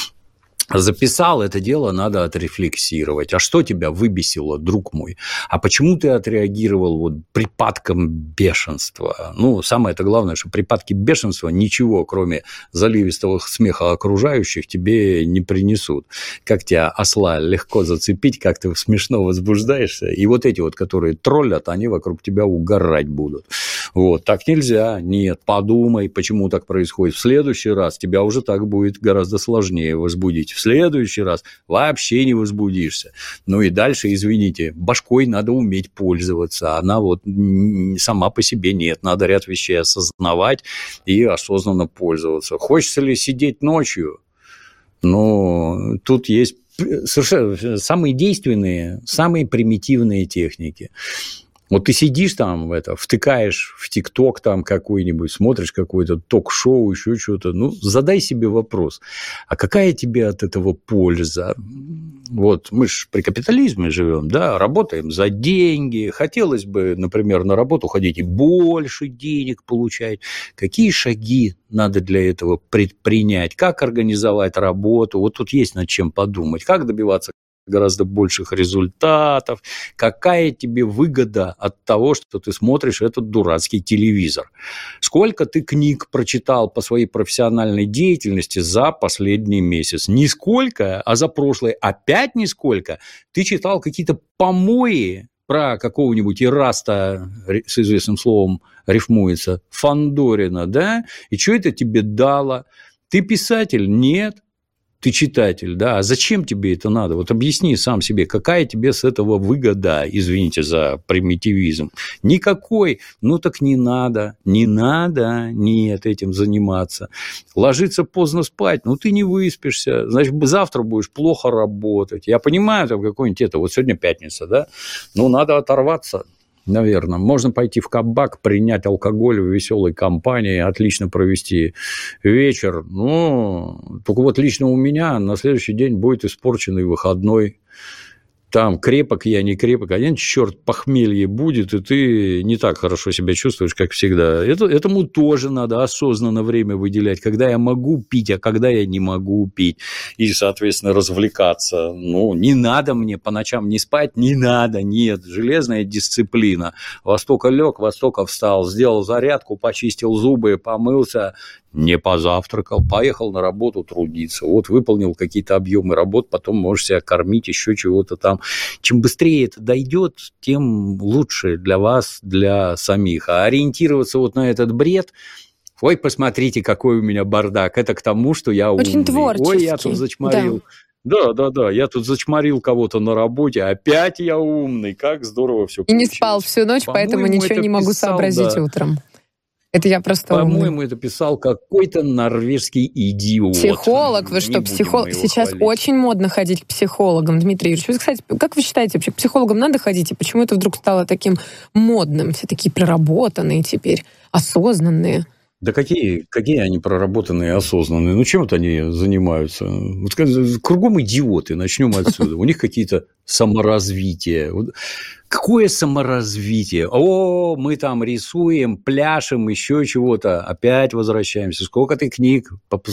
Записал, это дело надо отрефлексировать. А что тебя выбесило, друг мой? А почему ты отреагировал вот припадком бешенства? Ну, самое-то главное, что припадки бешенства ничего, кроме заливистого смеха окружающих, тебе не принесут. Как тебя осла легко зацепить, как ты смешно возбуждаешься. И вот эти вот, которые троллят, они вокруг тебя угорать будут. Вот, так нельзя. Нет, подумай, почему так происходит. В следующий раз тебя уже так будет гораздо сложнее возбудить. В следующий раз вообще не возбудишься. Ну и дальше, извините, башкой надо уметь пользоваться. Она вот сама по себе нет. Надо ряд вещей осознавать и осознанно пользоваться. Хочется ли сидеть ночью? Ну, тут есть совершенно самые действенные, самые примитивные техники. Вот ты сидишь там, втыкаешь в ТикТок там какой-нибудь, смотришь какое-то ток-шоу, еще что-то, ну, задай себе вопрос, а какая тебе от этого польза? Вот мы же при капитализме живем, да, работаем за деньги, хотелось бы, например, на работу ходить и больше денег получать. Какие шаги надо для этого предпринять? Как организовать работу? Вот тут есть над чем подумать. Как добиваться гораздо больших результатов, какая тебе выгода от того, что ты смотришь этот дурацкий телевизор. Сколько ты книг прочитал по своей профессиональной деятельности за последний месяц? Нисколько, а за прошлый опять нисколько. Ты читал какие-то помои про какого-нибудь Ираста, с известным словом рифмуется, Фандорина, да? И что это тебе дало? Ты писатель? Нет. Ты читатель, да, а зачем тебе это надо? Вот объясни сам себе, какая тебе с этого выгода, извините за примитивизм. Никакой, ну так не надо, нет, этим заниматься. Ложиться поздно спать, ну ты не выспишься, значит, завтра будешь плохо работать. Я понимаю, там какой-нибудь это, вот сегодня пятница, да, ну надо оторваться. Наверное. Можно пойти в кабак, принять алкоголь в веселой компании, отлично провести вечер. Ну, только вот лично у меня на следующий день будет испорченный выходной. Там крепок я, не крепок, один черт похмелье будет, и ты не так хорошо себя чувствуешь, как всегда. Этому тоже надо осознанно время выделять, когда я могу пить, а когда я не могу пить, и, соответственно, развлекаться. Ну, не надо мне по ночам не спать, не надо, нет, железная дисциплина. Во столько лег, во столько встал, сделал зарядку, почистил зубы, помылся, не позавтракал, поехал на работу трудиться, вот выполнил какие-то объемы работ, потом можешь себя кормить, еще чего-то там. Чем быстрее это дойдет, тем лучше для вас, для самих. А ориентироваться вот на этот бред, Ой, посмотрите, какой у меня бардак. Это к тому, что я умный. Очень творческий. Ой, я тут зачморил. Да, я тут зачморил кого-то на работе. Опять я умный. Как здорово все получилось. И не спал всю ночь, поэтому ничего не могу сообразить утром. Это я просто По-моему, это писал какой-то норвежский идиот. Психолог? Вы что, психолог? Сейчас очень модно ходить к психологам, Дмитрий Юрьевич. Вы, кстати, как вы считаете, вообще к психологам надо ходить? И почему это вдруг стало таким модным? Все такие проработанные теперь, осознанные. Да какие они проработанные, осознанные? Ну, чем вот они занимаются? Вот, кругом идиоты, начнем отсюда. У них какие-то саморазвития. Какое саморазвитие? О, мы там рисуем, пляшем, еще чего-то. Опять возвращаемся. Сколько ты книг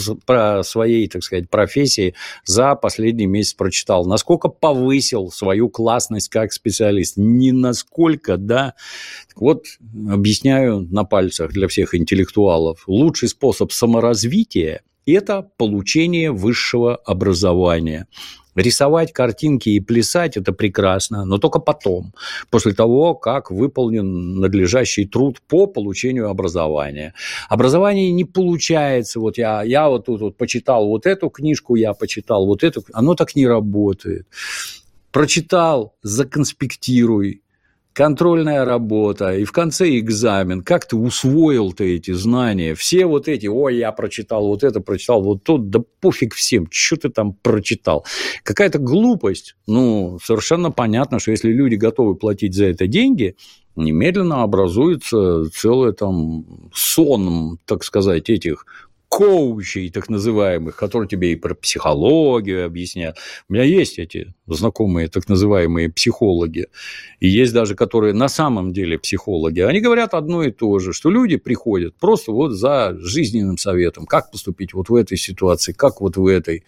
по своей, так сказать, профессии за последний месяц прочитал? Насколько повысил свою классность как специалист? Не насколько, да? Вот объясняю на пальцах для всех интеллектуалов. Лучший способ саморазвития – это получение высшего образования. Рисовать картинки и плясать – это прекрасно, но только потом, после того, как выполнен надлежащий труд по получению образования. Образование не получается, вот я вот тут вот почитал вот эту книжку, я почитал вот эту, оно так не работает. Прочитал, законспектируй. Контрольная работа, и в конце экзамен. Как ты усвоил-то эти знания? Все вот эти, ой, я прочитал вот это, прочитал вот то, да пофиг всем, что ты там прочитал. Какая-то глупость. Ну, совершенно понятно, что если люди готовы платить за это деньги, немедленно образуется целый там сон, так сказать, этих коучей, так называемых, которые тебе и про психологию объяснят. У меня есть эти знакомые так называемые психологи, и есть даже, которые на самом деле психологи. Они говорят одно и то же, что люди приходят просто вот за жизненным советом, как поступить вот в этой ситуации, как вот в этой.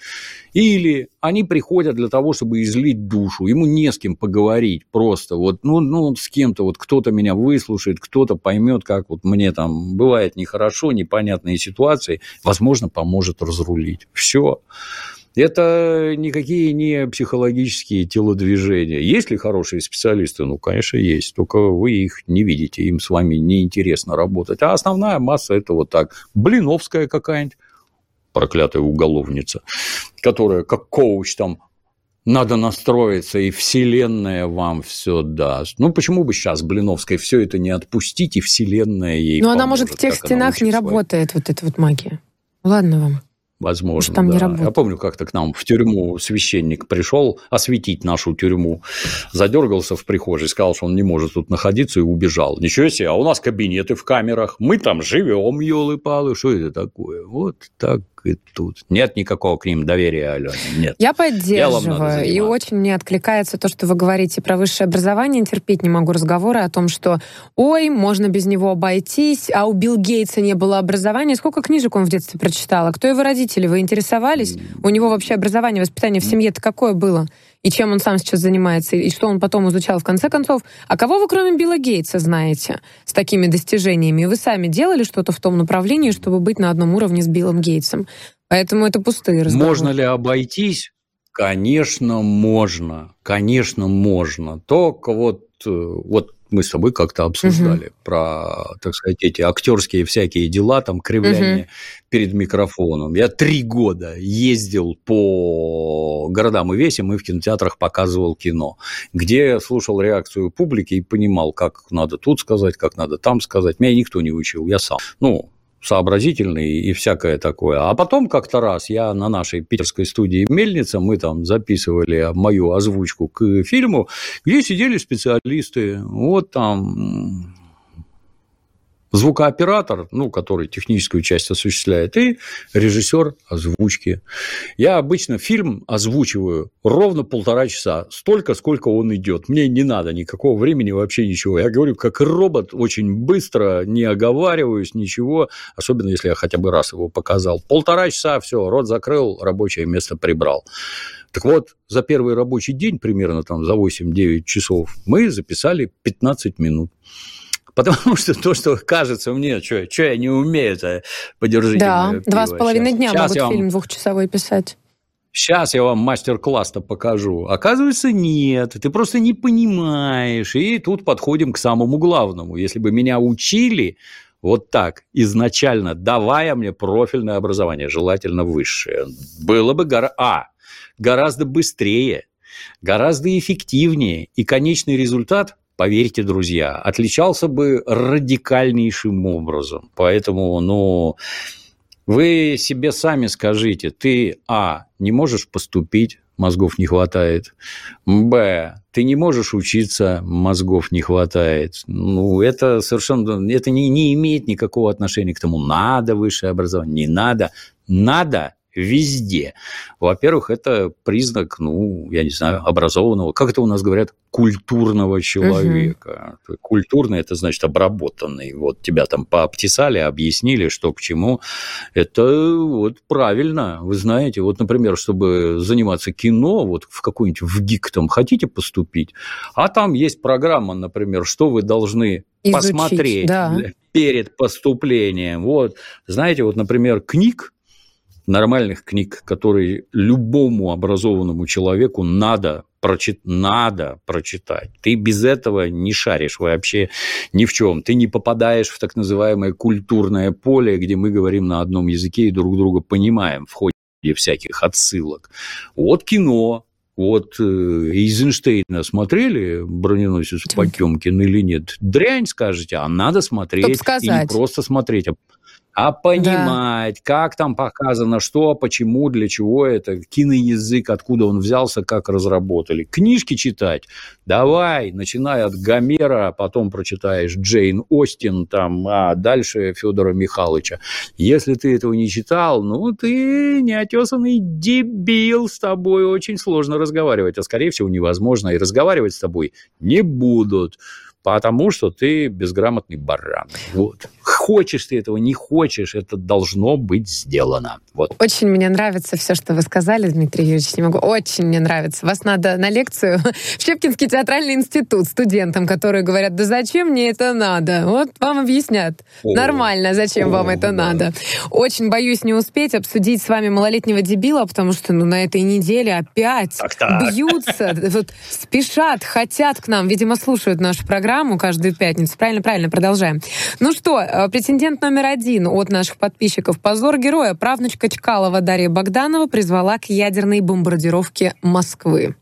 Или они приходят для того, чтобы излить душу, ему не с кем поговорить просто. Вот, ну с кем-то, вот кто-то меня выслушает, кто-то поймет, как вот мне там бывает нехорошо, непонятные ситуации, возможно, поможет разрулить. Все. Это никакие не психологические телодвижения. Есть ли хорошие специалисты? Ну, конечно, есть. Только вы их не видите, им с вами неинтересно работать. А основная масса – это вот так. Блиновская какая-нибудь, проклятая уголовница, которая как коуч там надо настроиться, и вселенная вам все даст. Ну, почему бы сейчас Блиновской все это не отпустить, и вселенная ей поможет? Но она, может, в тех стенах не работает, вот эта вот магия. Ладно вам. Возможно, там да. Не работает. Я помню, как-то к нам в тюрьму священник пришел осветить нашу тюрьму, задергался в прихожей, сказал, что он не может тут находиться, и убежал. Ничего себе, а у нас кабинеты в камерах, мы там живем, елы-палы, что это такое? Вот так и тут. Нет никакого к ним доверия, Алена, нет. Я поддерживаю, и очень мне откликается то, что вы говорите про высшее образование. Терпеть не могу разговоры о том, что ой, можно без него обойтись, а у Билла Гейтса не было образования. Сколько книжек он в детстве прочитал? А кто его родители? Вы интересовались? У него вообще образование, воспитание в семье-то какое было? И чем он сам сейчас занимается? И что он потом изучал в конце концов? А кого вы, кроме Билла Гейтса, знаете с такими достижениями? Вы сами делали что-то в том направлении, чтобы быть на одном уровне с Биллом Гейтсом? Поэтому это пустые разговоры. Можно ли обойтись? Конечно, можно. Конечно, можно. Только вот мы с тобой как-то обсуждали про, так сказать, эти актерские всякие дела, там, кривляние перед микрофоном. Я 3 года ездил по городам и весям и в кинотеатрах показывал кино, где слушал реакцию публики и понимал, как надо тут сказать, как надо там сказать. Меня никто не учил, я сам. Сообразительный и всякое такое. А потом как-то раз я на нашей питерской студии «Мельница», мы там записывали мою озвучку к фильму, где сидели специалисты, вот там звукооператор, который техническую часть осуществляет, и режиссер озвучки. Я обычно фильм озвучиваю ровно 1,5 часа, столько, сколько он идет. Мне не надо никакого времени, вообще ничего. Я говорю как робот, очень быстро, не оговариваюсь, ничего, особенно если я хотя бы раз его показал. 1,5 часа, все, рот закрыл, рабочее место прибрал. Так вот, за первый рабочий день, примерно там за 8-9 часов, мы записали 15 минут. Потому что то, что кажется мне, что я не умею-то, подержите мое пиво. 2,5 дня могут фильм 2-часовой писать. Сейчас я вам мастер-класс-то покажу. Оказывается, нет, ты просто не понимаешь. И тут подходим к самому главному. Если бы меня учили вот так, изначально давая мне профильное образование, желательно высшее, было бы гораздо быстрее, гораздо эффективнее, и конечный результат, поверьте, друзья, отличался бы радикальнейшим образом. Поэтому, вы себе сами скажите, ты, не можешь поступить, мозгов не хватает, ты не можешь учиться, мозгов не хватает. Это совершенно, это не имеет никакого отношения к тому, надо высшее образование, не надо, надо везде. Во-первых, это признак, я не знаю, образованного, как это у нас говорят, культурного человека. Культурный – это значит обработанный. Вот тебя там пообтесали, объяснили, что к чему. Это правильно. Вы знаете, например, чтобы заниматься кино, в какой-нибудь в ГИК там хотите поступить, а там есть программа, например, что вы должны посмотреть перед поступлением. Знаете, например, нормальных книг, которые любому образованному человеку надо прочитать. Ты без этого не шаришь вообще ни в чем. Ты не попадаешь в так называемое культурное поле, где мы говорим на одном языке и друг друга понимаем в ходе всяких отсылок. Кино. Эйзенштейна смотрели «Броненосец Потемкин» или нет? Дрянь, скажете, а надо смотреть. И не просто смотреть, а понимать, как там показано, что, почему, для чего это, киноязык, откуда он взялся, как разработали. Книжки читать. Давай, начиная от Гомера, потом прочитаешь Джейн Остин, а дальше Федора Михайловича. Если ты этого не читал, ты неотесанный дебил, с тобой очень сложно разговаривать, а скорее всего невозможно, и разговаривать с тобой не будут. Потому что ты безграмотный баран. Хочешь ты этого, не хочешь, это должно быть сделано. Очень мне нравится все, что вы сказали, Дмитрий Юрьевич. Не могу. Очень мне нравится. Вас надо на лекцию в Щепкинский театральный институт студентам, которые говорят, да зачем мне это надо? Вам объяснят. Нормально, зачем вам это надо. Очень боюсь не успеть обсудить с вами малолетнего дебила, потому что на этой неделе опять бьются, спешат, хотят к нам. Видимо, слушают нашу программу каждую пятницу. Правильно, продолжаем. Претендент номер 1 от наших подписчиков. Позор героя. Правнучка Чкалова Дарья Богданова призвала к ядерной бомбардировке Москвы.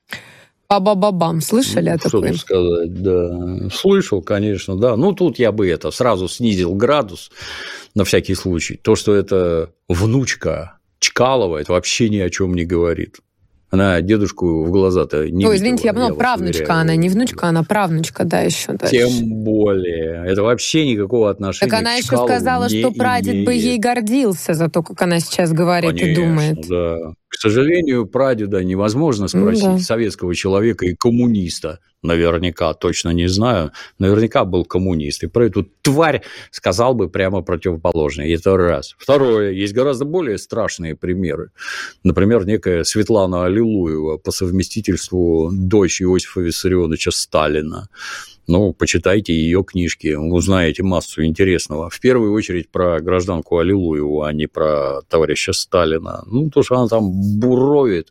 Ба-ба-ба-бам. Слышали о такой? Что сказать, да. Слышал, конечно, да. Тут я бы сразу снизил градус на всякий случай. То, что это внучка Чкалова, это вообще ни о чем не говорит. Она дедушку в глаза-то не видела. Извините, я поняла, правнучка она, не внучка, она правнучка, еще дальше. Тем более. Это вообще никакого отношения к Чкалову. Так она еще сказала, что прадед бы ей гордился за то, как она сейчас говорит и думает. Да. К сожалению, прадеда невозможно спросить советского человека и коммуниста. Наверняка, точно не знаю. Наверняка был коммунист. И про эту тварь сказал бы прямо противоположное. Это раз. Второе. Есть гораздо более страшные примеры. Например, некая Светлана Аллилуева, по совместительству дочь Иосифа Виссарионовича Сталина. Почитайте ее книжки, узнаете массу интересного. В первую очередь про гражданку Аллилуеву, а не про товарища Сталина. То, что она там буровит.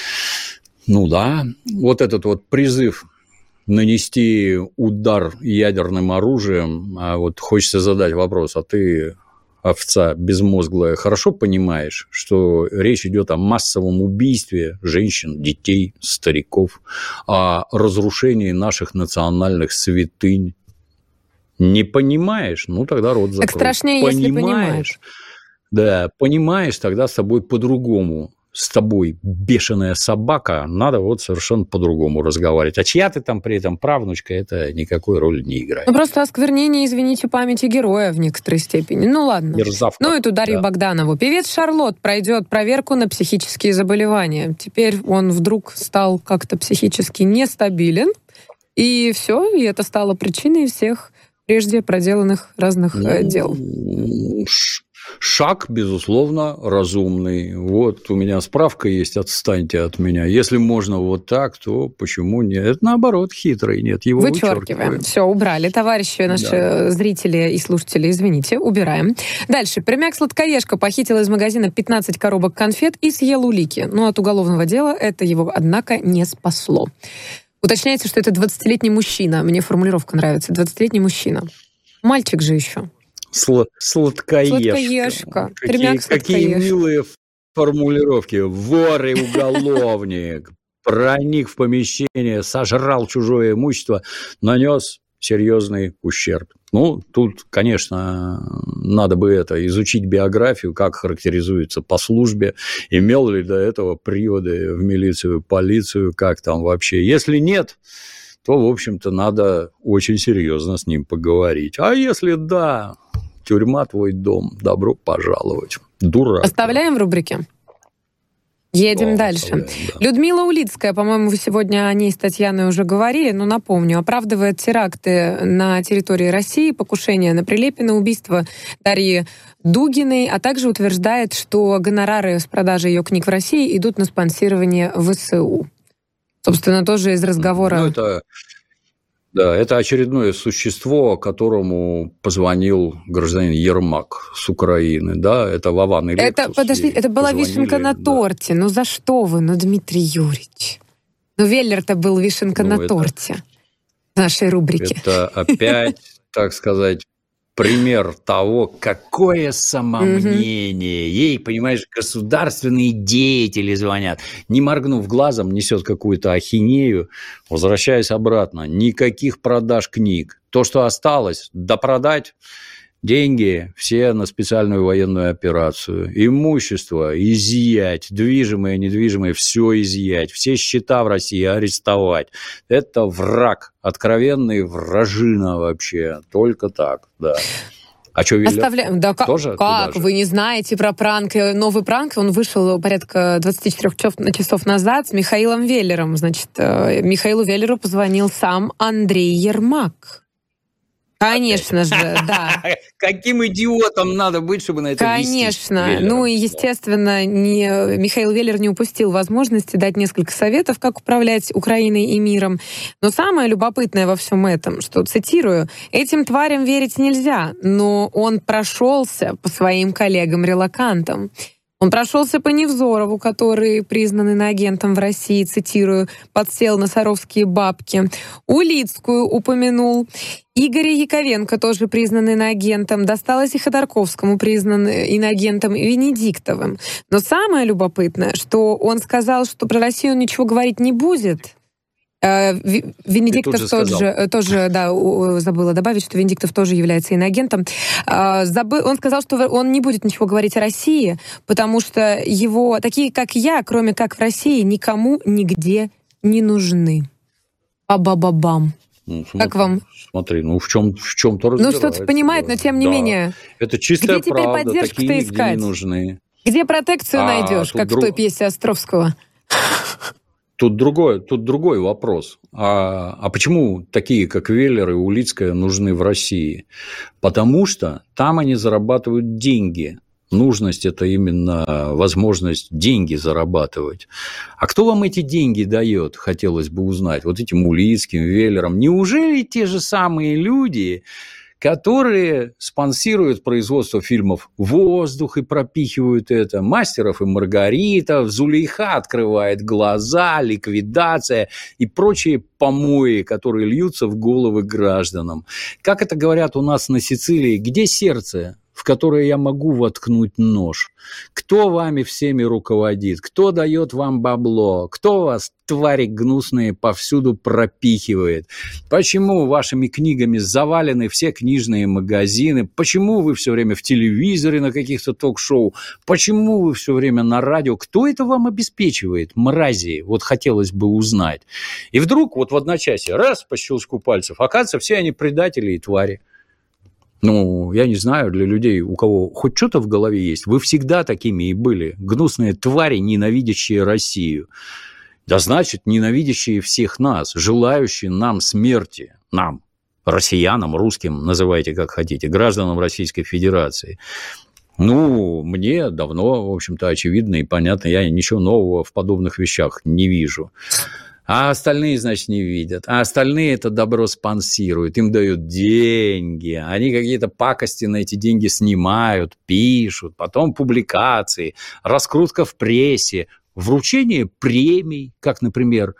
Этот призыв нанести удар ядерным оружием, хочется задать вопрос, а ты, овца безмозглая, хорошо понимаешь, что речь идет о массовом убийстве женщин, детей, стариков, о разрушении наших национальных святынь? Не понимаешь? Тогда рот закрой. Так страшнее, если понимаешь. Да, понимаешь, тогда с тобой по-другому. С тобой бешеная собака, надо совершенно по-другому разговаривать. А чья ты там при этом правнучка, это никакой роли не играет. Просто осквернение, извините, памяти героя в некоторой степени. Ладно. Мерзавка. Эту Дарью Богданову. Певец Шарлот пройдет проверку на психические заболевания. Теперь он вдруг стал как-то психически нестабилен. И все, и это стало причиной всех прежде проделанных разных дел. Шаг, безусловно, разумный. У меня справка есть, отстаньте от меня. Если можно так, то почему нет? Это наоборот хитрый, нет, его вычеркиваем. Все, убрали. Товарищи наши зрители и слушатели, извините, убираем. Дальше. Пермяк-сладкоежка похитил из магазина 15 коробок конфет и съел улики. От уголовного дела это его, однако, не спасло. Уточняется, что это 20-летний мужчина. Мне формулировка нравится. 20-летний мужчина. Мальчик же еще. Сладкоежка. Какие милые формулировки. Вор и уголовник. Проник в помещение, сожрал чужое имущество, нанес серьезный ущерб. Ну, тут, конечно, надо бы изучить биографию, как характеризуется по службе, имел ли до этого приводы в милицию, полицию, как там вообще. Если нет, то, в общем-то, надо очень серьезно с ним поговорить. А если да, тюрьма твой дом, добро пожаловать. Дурак. Оставляем в рубрике? Едем дальше. Да. Людмила Улицкая, по-моему, вы сегодня о ней с Татьяной уже говорили, но напомню, оправдывает теракты на территории России, покушение на Прилепина, убийство Дарьи Дугиной, а также утверждает, что гонорары с продажи ее книг в России идут на спонсирование ВСУ. Собственно, тоже из разговора... Это очередное существо, которому позвонил гражданин Ермак с Украины, да, это Вован и Лексус. Подождите, это была вишенка на торте. Ну за что вы, Дмитрий Юрьевич? Веллер-то был вишенка на торте в нашей рубрике. Это опять, так сказать, пример того, какое самомнение. Ей, понимаешь, государственные деятели звонят. Не моргнув глазом, несет какую-то ахинею. Возвращаясь обратно, никаких продаж книг. То, что осталось, допродать. Деньги все на специальную военную операцию. Имущество изъять. Движимое, недвижимое, все изъять. Все счета в России арестовать. Это враг. Откровенный вражина вообще. Только так, да. А что, Веллер? Оставляем. Да тоже как? Вы не знаете про пранк? Новый пранк, он вышел порядка 24 часов назад с Михаилом Веллером. Значит, Михаилу Веллеру позвонил сам Андрей Ермак. Конечно же, да. Каким идиотом надо быть, чтобы на это вестись? Конечно. Ну и, естественно, Михаил Веллер не упустил возможности дать несколько советов, как управлять Украиной и миром. Но самое любопытное во всем этом, что, цитирую, «этим тварям верить нельзя, но он прошелся по своим коллегам-релокантам». Он прошелся по Невзорову, который признан иноагентом в России, цитирую, подсел на саровские бабки. Улицкую упомянул. Игоря Яковенко тоже признан иноагентом. Досталось и Ходорковскому, признан иноагентом, и Венедиктовым. Но самое любопытное, что он сказал, что про Россию он ничего говорить не будет. Венедиктов тоже, да, забыла добавить, что Венедиктов тоже является иноагентом. Он сказал, что он не будет ничего говорить о России, потому что его, такие как я, кроме как в России, никому нигде не нужны. Ба-ба-ба-бам. Как вам? Смотри, в чем-то разбирается. Ну, что-то понимает, но тем не менее. Это чистая где теперь правда, поддержку-то такие искать? Не нужны. Где протекцию найдешь, как в той пьесе Островского? Тут другой вопрос. А почему такие, как Веллер и Улицкая, нужны в России? Потому что там они зарабатывают деньги. Нужность – это именно возможность деньги зарабатывать. А кто вам эти деньги дает, хотелось бы узнать, вот этим Улицким, Веллером? Неужели те же самые люди, которые спонсируют производство фильмов «Воздух» и пропихивают это, «Мастеров и Маргарита», «Зулейха открывает глаза», «Ликвидация» и прочие помои, которые льются в головы гражданам? Как это говорят у нас на Сицилии, где сердце, в которое я могу воткнуть нож? Кто вами всеми руководит? Кто дает вам бабло? Кто вас, твари гнусные, повсюду пропихивает? Почему вашими книгами завалены все книжные магазины? Почему вы все время в телевизоре на каких-то ток-шоу? Почему вы все время на радио? Кто это вам обеспечивает, мрази? Вот хотелось бы узнать. И вдруг вот в одночасье, раз, по щелчку пальцев, оказывается, все они предатели и твари. Ну, я не знаю, для людей, у кого хоть что-то в голове есть, вы всегда такими и были. Гнусные твари, ненавидящие Россию. Да значит, ненавидящие всех нас, желающие нам смерти. Нам, россиянам, русским, называйте как хотите, гражданам Российской Федерации. Ну, мне давно, в общем-то, очевидно и понятно. Я ничего нового в подобных вещах не вижу. А остальные, значит, не видят. А остальные это добро спонсируют, им дают деньги, они какие-то пакости на эти деньги снимают, пишут, потом публикации, раскрутка в прессе, вручение премий, как, например,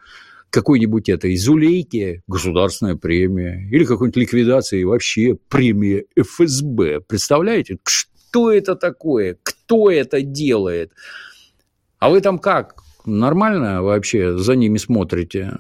какой-нибудь этой Зулейке государственная премия, или какой-нибудь ликвидации вообще премия ФСБ. Представляете, что это такое, кто это делает? А вы там как? Нормально вообще за ними смотрите?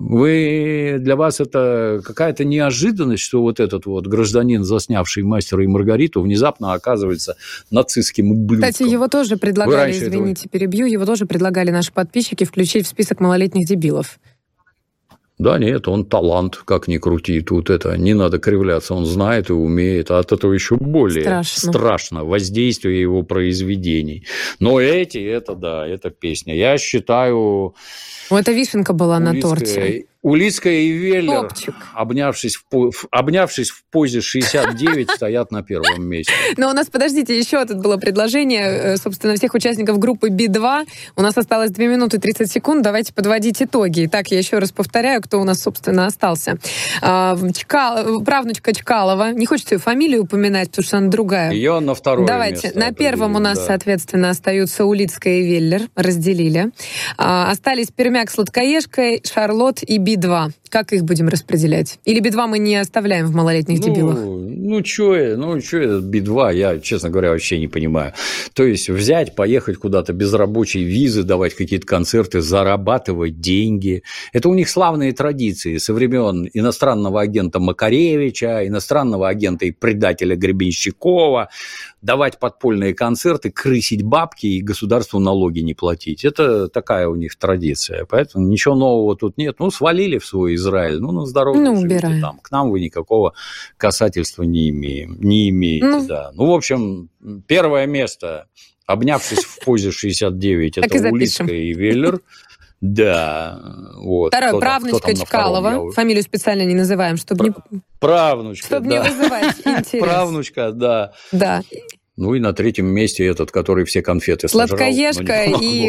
Для вас это какая-то неожиданность, что вот этот вот гражданин, заснявший «Мастера и Маргариту», внезапно оказывается нацистским ублюдком? Кстати, его тоже предлагали, извините, перебью, его тоже предлагали наши подписчики включить в список малолетних дебилов. Да нет, он талант, как ни крути, тут это не надо кривляться, он знает и умеет, а от этого еще более страшно воздействие его произведений. Но это песня. Я считаю... Это вишенка была на торте. Улицкая и Веллер, обнявшись в позе 69, стоят на первом месте. Но у нас, подождите, еще тут было предложение, собственно, всех участников группы Би-2. У нас осталось 2 минуты 30 секунд. Давайте подводить итоги. Итак, я еще раз повторяю, кто у нас, собственно, остался. Правнучка Чкалова. Не хочется ее фамилию упоминать, потому что она другая. Ее на второе Давайте. место. На первом у нас, соответственно, остаются Улицкая и Веллер. Разделили. Остались Пермяк, Сладкоежка, Шарлот и Би-2. Как их будем распределять? Или Би-2 мы не оставляем в малолетних дебилах? Что этот Би-2, я, честно говоря, вообще не понимаю. То есть взять, поехать куда-то без рабочей визы, давать какие-то концерты, зарабатывать деньги. Это у них славные традиции со времен иностранного агента Макаревича, иностранного агента и предателя Гребенщикова, давать подпольные концерты, крысить бабки и государству налоги не платить. Это такая у них традиция. Поэтому ничего нового тут нет. Свалили в свой Израиль, на здоровье живите там. К нам вы никакого касательства не имеете. Да. В общем, первое место, обнявшись в позе 69, это Улицкая и Веллер. Да. Второе, правнучка Чкалова. Фамилию специально не называем, чтобы не... Правнучка, чтобы не вызывать интерес. Правнучка, да. Да. И на третьем месте этот, который все конфеты сожрал. Сладкоежка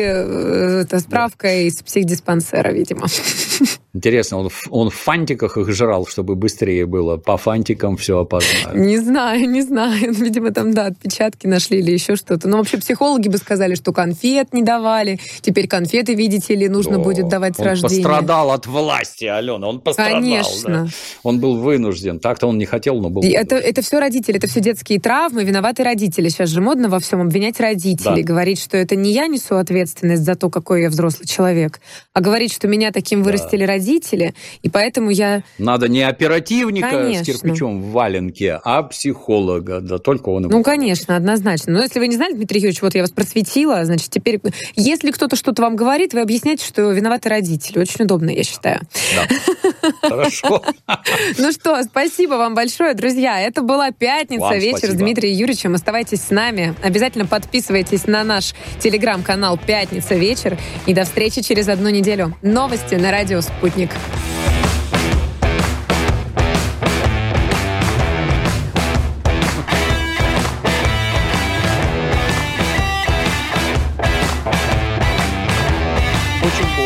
и справка из психдиспансера, видимо. Интересно, он в фантиках их жрал, чтобы быстрее было? По фантикам все опознали? Не знаю. Видимо, там, отпечатки нашли или еще что-то. Вообще, психологи бы сказали, что конфет не давали. Теперь конфеты, видите ли, нужно будет давать с рождения. Он пострадал от власти, Алена, он пострадал. Конечно. Да. Он был вынужден. Так-то он не хотел, но был вынужден. Это все родители, это все детские травмы, виноваты родители. Сейчас же модно во всем обвинять родителей. Да. Говорить, что это не я несу ответственность за то, какой я взрослый человек, а говорить, что меня таким вырастили родители, и поэтому я... Надо не оперативника с кирпичом в валенке, а психолога. Да, только он... конечно, однозначно. Но если вы не знали, Дмитрий Юрьевич, я вас просветила, значит, теперь, если кто-то что-то вам говорит, вы объясняете, что виноваты родители. Очень удобно, я считаю. Да. Хорошо. Что, спасибо вам большое, друзья. Это была «Пятница. Вечер» с Дмитрием Юрьевичем. Оставайтесь с нами. Обязательно подписывайтесь на наш телеграм-канал «Пятница. Вечер». И до встречи через 1 неделю. Новости на радио «Спутник». Очень